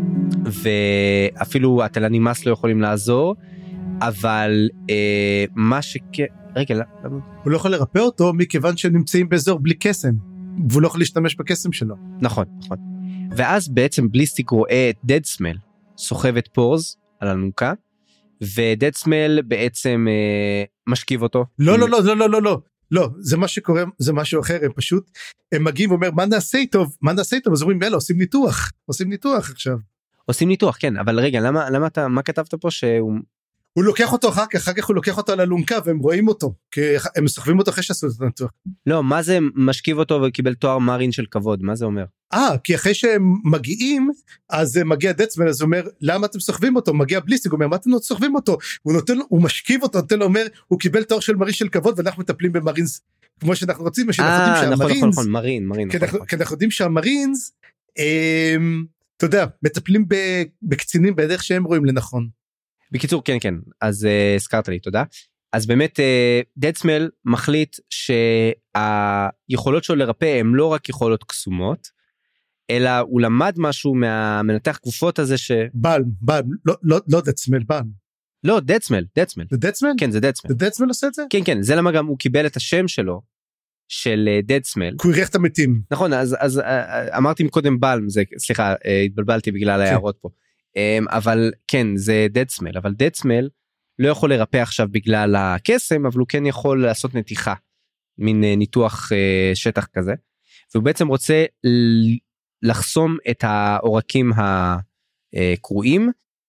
ואפילו התלנימאס לא יכולים לעזור, אבל מה שכן, רגע, למה? הוא לא יכול לרפא אותו מכיוון שהם נמצאים באזור בלי קסם, והוא לא יכול להשתמש בקסם שלו. נכון, נכון. ואז בעצם בליסטיג רואה את דדסמל, סוחב את פורס על אלונקה, ודדסמל בעצם משכיב אותו. לא, לא, לא, לא, לא, לא. לא, זה מה שקורה, זה משהו אחר, הם מגיעים ואומר, מה נעשה איתו, אז אומרים, יאללה, עושים ניתוח עכשיו. עושים ניתוח, כן, אבל רגע, מה כתבת פה שהוא... הוא לוקח אותו אחר כך הוא לוקח אותו על אלונקה, והם רואים אותו, כי הם סוחבים אותו אחרי שעשו את הניתוח. לא, מה זה משכיב אותו וקיבל תואר מרין של כבוד, מה זה אומר? כי אחרי שהם מגיעים, אז מגיע דדסמל, אז הוא אומר, למה אתם סוחבים אותו? מגיע בליסטיג, הוא אומר, מה אתם סוחבים אותו? הוא משכיב אותו, נותן לו, אומר, הוא קיבל תואר של מרין של כבוד, ואנחנו מטפלים במרינס, כמו שאנחנו רוצים, נכון, מרין. כי אנחנו יודעים שהמרינס, אתה יודע, מטפלים בקצינים בדרך שהם רואים לנכון. בקיצור, כן, אז הזכרת לי, תודה. אז באמת דדסמל מחליט שהיכולות שלו לרפא הם לא רק יכולות קסומות, אלא הוא למד משהו מהמנתח גופות הזה בלם, לא דדסמל, בלם. לא, דדסמל. זה דדסמל? כן, זה דדסמל. זה דדסמל עושה את זה? כן, זה למה גם הוא קיבל את השם שלו, של דדסמל. כי הוא הריח את המתים. נכון, אז אמרתי קודם בלם, סליחה, התבלבלתי בגלל ההערות פה. אבל כן, זה דדסמל, אבל דדסמל לא יכול לרפא עכשיו בגלל הקסם, אבל הוא כן יכול לעשות נתיחה, מין ניתוח שטח כזה, והוא בעצם רוצה לחסום את העורקים הקרועים,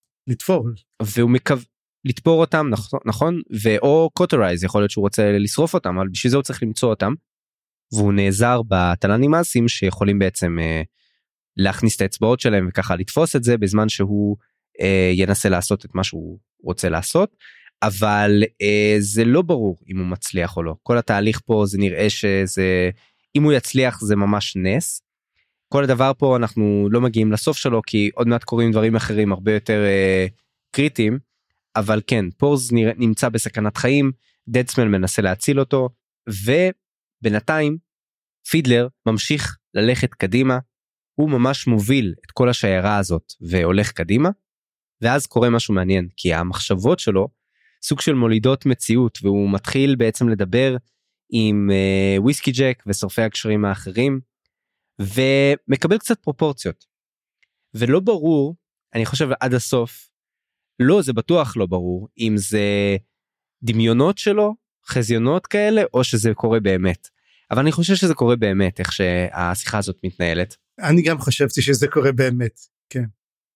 לתפור אותם, נכון? ואו קוטרייז, יכול להיות שהוא רוצה לשרוף אותם, אבל בשביל זה הוא צריך למצוא אותם, והוא נעזר בתלנימאסים שיכולים בעצם להכניס את האצבעות שלהם וככה לתפוס את זה, בזמן שהוא ינסה לעשות את מה שהוא רוצה לעשות, אבל זה לא ברור אם הוא מצליח או לא. כל התהליך פה זה נראה שזה, אם הוא יצליח זה ממש נס. כל הדבר פה אנחנו לא מגיעים לסוף שלו, כי עוד מעט קוראים דברים אחרים הרבה יותר קריטיים, אבל כן, פורס נמצא בסכנת חיים, דדסמל מנסה להציל אותו, ובינתיים פידלר ממשיך ללכת קדימה, הוא ממש מוביל את כל השיירה הזאת והולך קדימה, ואז קורה משהו מעניין, כי המחשבות שלו סוג של מולידות מציאות, והוא מתחיל בעצם לדבר עם וויסקי ג'ק ושורפי הקשרים האחרים, ומקבל קצת פרופורציות, ולא ברור, אני חושב עד הסוף, לא, זה בטוח לא ברור, אם זה דמיונות שלו, חזיונות כאלה, או שזה קורה באמת. אבל אני חושב שזה קורה באמת, איך שהשיחה הזאת מתנהלת. אני גם חשבתי שזה קורה באמת, כן.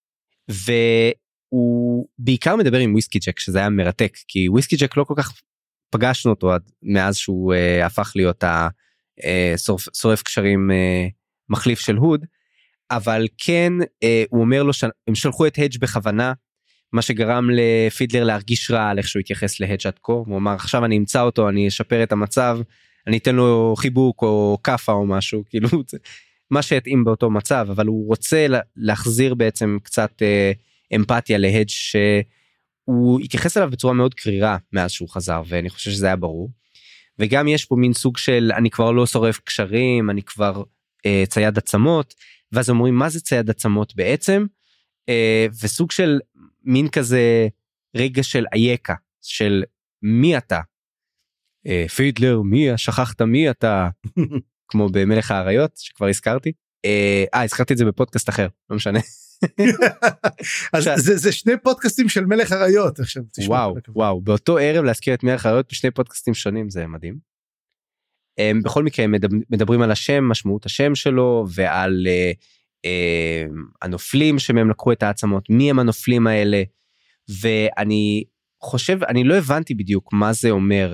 והוא בעיקר מדבר עם וויסקי ג'ק, שזה היה מרתק, כי וויסקי ג'ק לא כל כך פגשנו אותו מאז שהוא הפך להיות שורף קשרים מחליף של הוד, אבל כן, הוא אומר לו שהם שלחו את הדג' בכוונה, מה שגרם לפידלר להרגיש רע על איך שהוא התייחס להדג' עד כה, הוא אמר עכשיו אני אמצא אותו, אני אשפר את המצב, אני אתן לו חיבוק או קפה או משהו, כאילו מה שיתאים באותו מצב, אבל הוא רוצה להחזיר בעצם קצת אמפתיה להדג' שהוא התייחס אליו בצורה מאוד קרירה מאז שהוא חזר, ואני חושב שזה היה ברור, וגם יש פה מין סוג של אני כבר לא שורף קשרים, אני כבר צייד עצמות, ואז אומרים מה זה צייד עצמות בעצם, וסוג של מין כזה רגע של איקה, של מי אתה? פידלר, שכחת מי אתה? כמו במלך האריות שכבר הזכרתי. הזכרתי את זה בפודקאסט אחר, לא משנה. אז זה שני פודקאסטים של מלך האריות עכשיו. וואו, באותו ערב להזכיר את מלך האריות בשני פודקאסטים שונים, זה מדהים. בכל מקרה הם מדברים על השם, משמעות השם שלו, ועל הנופלים שמהם לקחו את העצמות, מי הם הנופלים האלה, ואני חושב, אני לא הבנתי בדיוק מה זה אומר,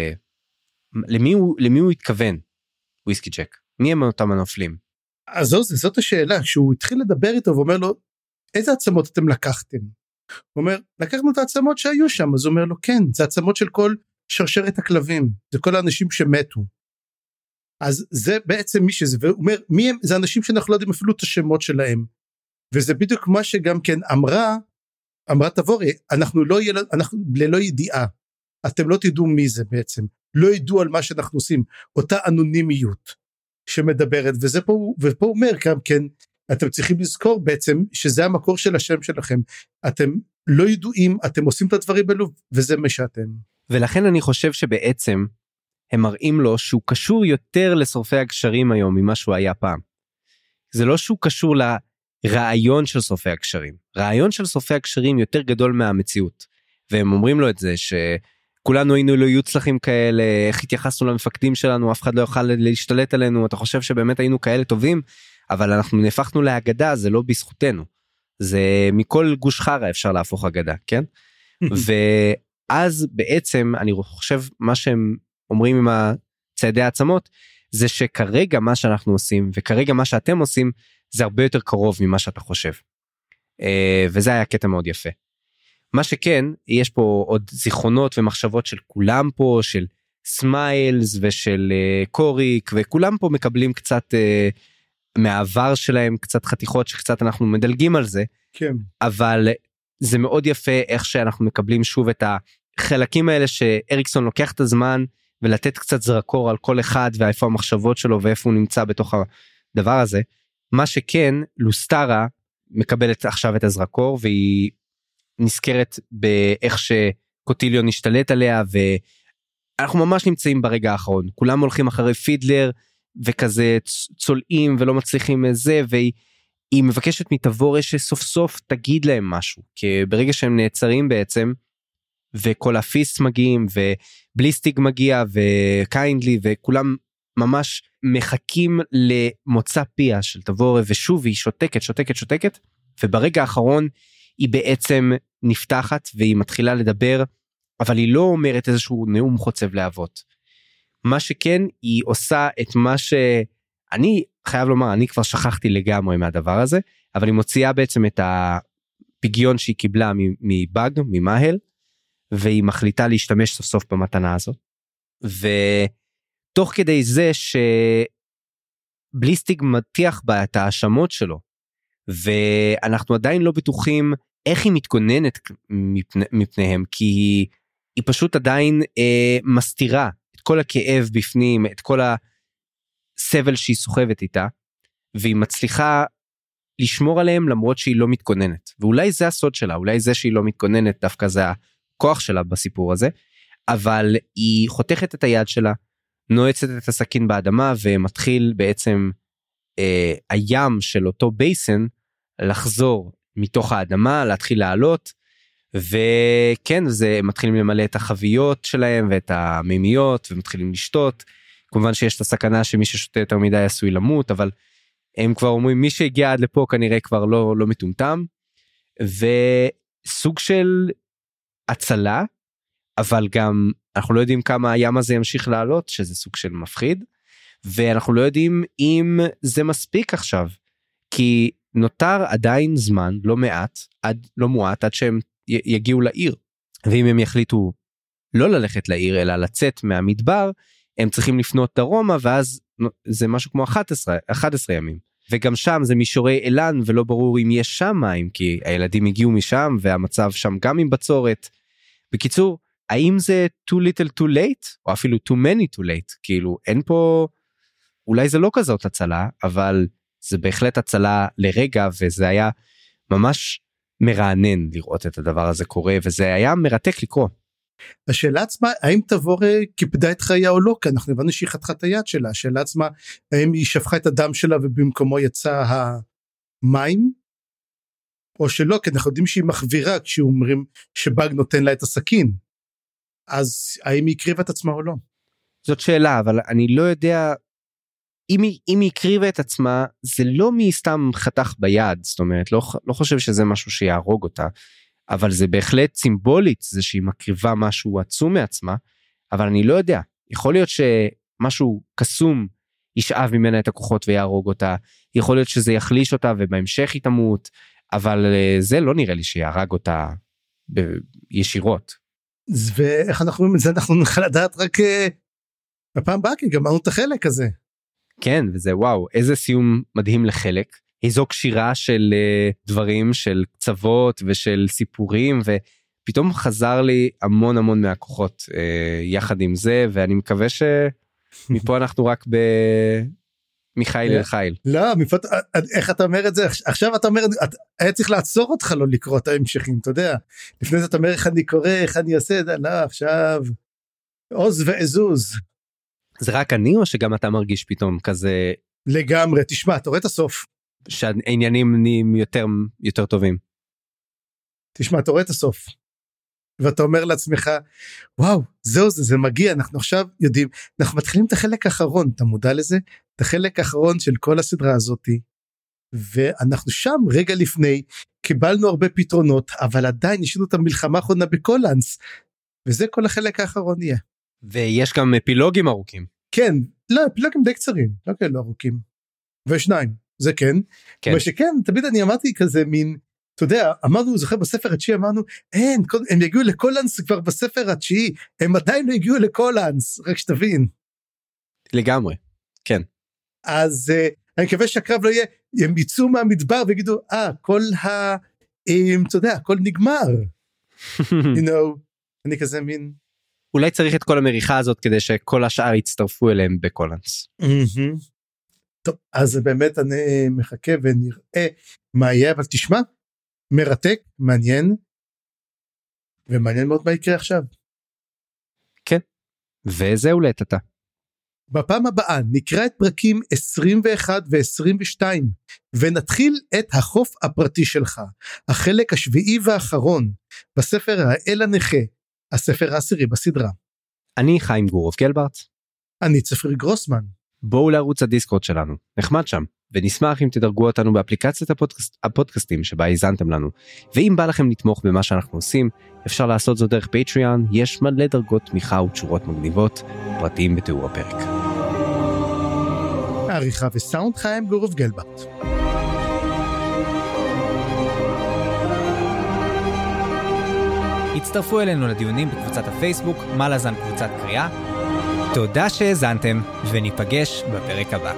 למי הוא התכוון, וויסקי ג'ק, מי הם אותם הנופלים? אז זאת השאלה, כשהוא התחיל לדבר איתו ואומר לו, איזה עצמות אתם לקחתם? הוא אומר, לקחנו את העצמות שהיו שם, אז הוא אומר לו, כן, זה עצמות של כל שרשרת הכלבים, זה כל האנשים שמתו. אז זה בעצם מי שזה, והוא אומר, מי הם? זה אנשים שאנחנו לא יודעים אפילו את השמות שלהם, וזה בדיוק מה שגם כן אמרה תבורי, אנחנו ללא ידיעה, אתם לא תדעו מי זה בעצם, לא ידעו על מה שאנחנו עושים, אותה אנונימיות שמדברת, ופה הוא אומר גם כן, אתם צריכים לזכור בעצם, שזה המקור של השם שלכם, אתם לא ידועים, אתם עושים את הדברים האלו, וזה מה שאתם. ולכן אני חושב שבעצם, הם מראים לו שהוא קשור יותר לשורפי הגשרים היום, ממה שהוא היה פעם. זה לא שהוא קשור לרעיון של שורפי הגשרים, רעיון של שורפי הגשרים יותר גדול מהמציאות, והם אומרים לו את זה, שכולנו היינו לא יוצלחים כאלה, איך התייחסנו למפקדים שלנו, אף אחד לא יוכל להשתלט עלינו, אתה חושב שבאמת היינו כאלה טובים, אבל אנחנו נהפכנו להגדה, זה לא בזכותנו, זה מכל גוש חרה אפשר להפוך אגדה, כן? ואז בעצם אני חושב מה שהם אומרים עם הציידי העצמות, זה שכרגע מה שאנחנו עושים, וכרגע מה שאתם עושים, זה הרבה יותר קרוב ממה שאתה חושב. וזה היה קטע מאוד יפה. מה שכן, יש פה עוד זיכרונות ומחשבות של כולם פה, של סמיילס ושל קוריק, וכולם פה מקבלים קצת מהעבר שלהם, קצת חתיכות שקצת אנחנו מדלגים על זה, כן. אבל זה מאוד יפה איך שאנחנו מקבלים שוב את החלקים האלה שאריקסון לוקח את הזמן, ולתת קצת זרקור על כל אחד, ואיפה המחשבות שלו, ואיפה הוא נמצא בתוך הדבר הזה. מה שכן, לוסטרה מקבלת עכשיו את הזרקור, והיא נזכרת באיך שקוטיליון השתלט עליה, ואנחנו ממש נמצאים ברגע האחרון. כולם הולכים אחרי פידלר, וכזה צולעים ולא מצליחים זה, והיא מבקשת מתבורה שסוף סוף תגיד להם משהו, כי ברגע שהם נעצרים בעצם, וכל הפיסט מגיעים, ובליסטיג מגיע, וקיינדלי, וכולם ממש מחכים למוצא פיה של תבורה, ושוב היא שותקת, וברגע האחרון היא בעצם נפתחת, והיא מתחילה לדבר, אבל היא לא אומרת איזשהו נאום חוצב להבות. מה שכן, היא עושה את מה שאני חייב לומר, אני כבר שכחתי לגמרי מהדבר הזה, אבל היא מוציאה בעצם את הפיגיון שהיא קיבלה מבאג, ממהל, והיא מחליטה להשתמש סוף סוף במתנה הזאת, ותוך כדי זה שבליסטיג מטיח בה את האשמות שלו, ואנחנו עדיין לא בטוחים איך היא מתגוננת מפניהם, כי היא פשוט עדיין מסתירה את כל הכאב בפנים, את כל הסבל שהיא סוחבת איתה, והיא מצליחה לשמור עליהם למרות שהיא לא מתגוננת, ואולי זה הסוד שלה, אולי זה שהיא לא מתגוננת דווקא זה הכוח שלה בסיפור הזה, אבל היא חותכת את היד שלה, נועצת את הסכין באדמה, ומתחיל בעצם הים של אותו בייסן, לחזור מתוך האדמה, להתחיל לעלות, וכן, זה מתחילים למלא את החביות שלהם, ואת המימיות, ומתחילים לשתות, כמובן שיש את הסכנה שמי ששותה יותר מדי עשוי למות, אבל הם כבר אומרים, מי שהגיע עד לפה כנראה כבר לא מטומטם, וסוג של הצלה, אבל גם אנחנו לא יודעים כמה הים הזה ימשיך לעלות, שזה סוג של מפחיד, ואנחנו לא יודעים אם זה מספיק עכשיו, כי נותר עדיין זמן לא מועט עד שהם יגיעו לעיר, ואם הם יחליטו לא ללכת לעיר, אלא לצאת מהמדבר, הם צריכים לפנות דרומה, ואז זה משהו כמו 11 ימים, וגם שם זה מישורי אילן, ולא ברור אם יש שם מים, כי הילדים הגיעו משם, והמצב שם גם עם בצורת. בקיצור, האם זה too little too late, או אפילו too many too late, כאילו אין פה אולי זה לא כזאת הצלה, אבל זה בהחלט הצלה לרגע, וזה היה ממש מרענן לראות את הדבר הזה קורה, וזה היה מרתק לקרוא. השאלה עצמה, האם תבור קיפדה את חייה או לא, כי אנחנו הבנו שהיא חתכה את היד שלה, השאלה עצמה, האם היא שפכה את הדם שלה ובמקומו יצא המים, או שלא, כי אנחנו יודעים שהיא מחבירה כשאומרים שבאג נותן לה את הסכין, אז האם היא הקריבה את עצמה או לא? זאת שאלה, אבל אני לא יודע, אם היא הקריבה את עצמה, זה לא מסתם חתך ביד, זאת אומרת, לא חושב שזה משהו שיהרוג אותה, אבל זה בהחלט סימבולית, זה שהיא מקריבה משהו עצום מעצמה, אבל אני לא יודע, יכול להיות שמשהו קסום ישאב ממנה את הכוחות ויהרוג אותה, יכול להיות שזה יחליש אותה ובהמשך היא תמות, אבל זה לא נראה לי שיהרג אותה ישירות. ואיך אנחנו אומרים את זה, אנחנו נוכל לדעת רק בפעם הבאה, כי גמרנו את החלק הזה. כן, וזה וואו, איזה סיום מדהים לחלק, איזו קשירה של דברים, של קצוות ושל סיפורים, ופתאום חזר לי המון המון מהכוחות יחד עם זה, ואני מקווה שמפה אנחנו רק מחיל אל חיל. לא, איך אתה אומר את זה? עכשיו אתה אומר, היה צריך לעצור אותך לא לקרוא את ההמשכים, אתה יודע, לפני זה אתה אומר איך אני קורא, איך אני עושה את זה, לא, עכשיו, עוז ועזוז. זה רק אני או שגם אתה מרגיש פתאום כזה? לגמרי, תשמע, אתה רואה את הסוף. שהעניינים נהיים יותר טובים. תשמע, אתה רואה את הסוף. ואתה אומר לעצמך, וואו, זה מגיע, אנחנו עכשיו יודעים, אנחנו מתחילים את החלק האחרון, אתה מודע לזה? את החלק האחרון של כל הסדרה הזאת, ואנחנו שם רגע לפני, קיבלנו הרבה פתרונות, אבל עדיין יש לנו את המלחמה האחרונה בקולנס, וזה כל החלק האחרון יהיה. ויש גם אפילוגים ארוכים. כן, לא, אפילוגים די קצרים, לא כאלו ארוכים. ושניים, זה כן. מה שכן, תמיד אני אמרתי כזה מין, אתה יודע, אמרנו, זוכר בספר התשיעי, אמרנו, אין, הם יגיעו לקולנס כבר בספר התשיעי, הם עדיין לא הגיעו לקולנס, רק שתבין. לגמרי, כן. אז אני מקווה שהקרב לא יהיה, הם יצאו מהמדבר ויגידו, אתה יודע, הכל נגמר. אני כזה מין... אולי צריך את כל המריחה הזאת כדי שכל השאר יצטרפו אליהם בקולנס. טוב, אז באמת אני מחכה ונראה מה יהיה, אבל תשמע, מרתק, מעניין, ומעניין מאוד מה יקרה עכשיו. כן, וזהו לעת. בפעם הבאה נקרא את פרקים 21 ו-22, ונתחיל את החוף הפרטי שלך, החלק השביעי והאחרון, בספר האל הנכה, הספר העשירי בסדרה. אני חיים גורוב גלברט. אני צפריר גרוסמן. בואו לערוץ הדיסקורד שלנו, נחמד שם, ונשמח אם תדרגו אותנו באפליקציית הפודקאסטים שבה הזנתם לנו, ואם בא לכם לתמוך במה שאנחנו עושים, אפשר לעשות זאת דרך פטריון, יש מלא דרגות תמיכה ותשורות מגניבות, פרטים בתיאור הפרק. העריכה וסאונד חיים גורוב גלברט. הצטרפו אלינו לדיונים בקבוצת הפייסבוק, מלאזן קבוצת קריאה. תודה שהזנתם, וניפגש בפרק הבא.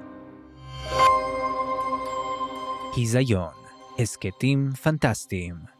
היזיון, הסקטים פנטסטיים.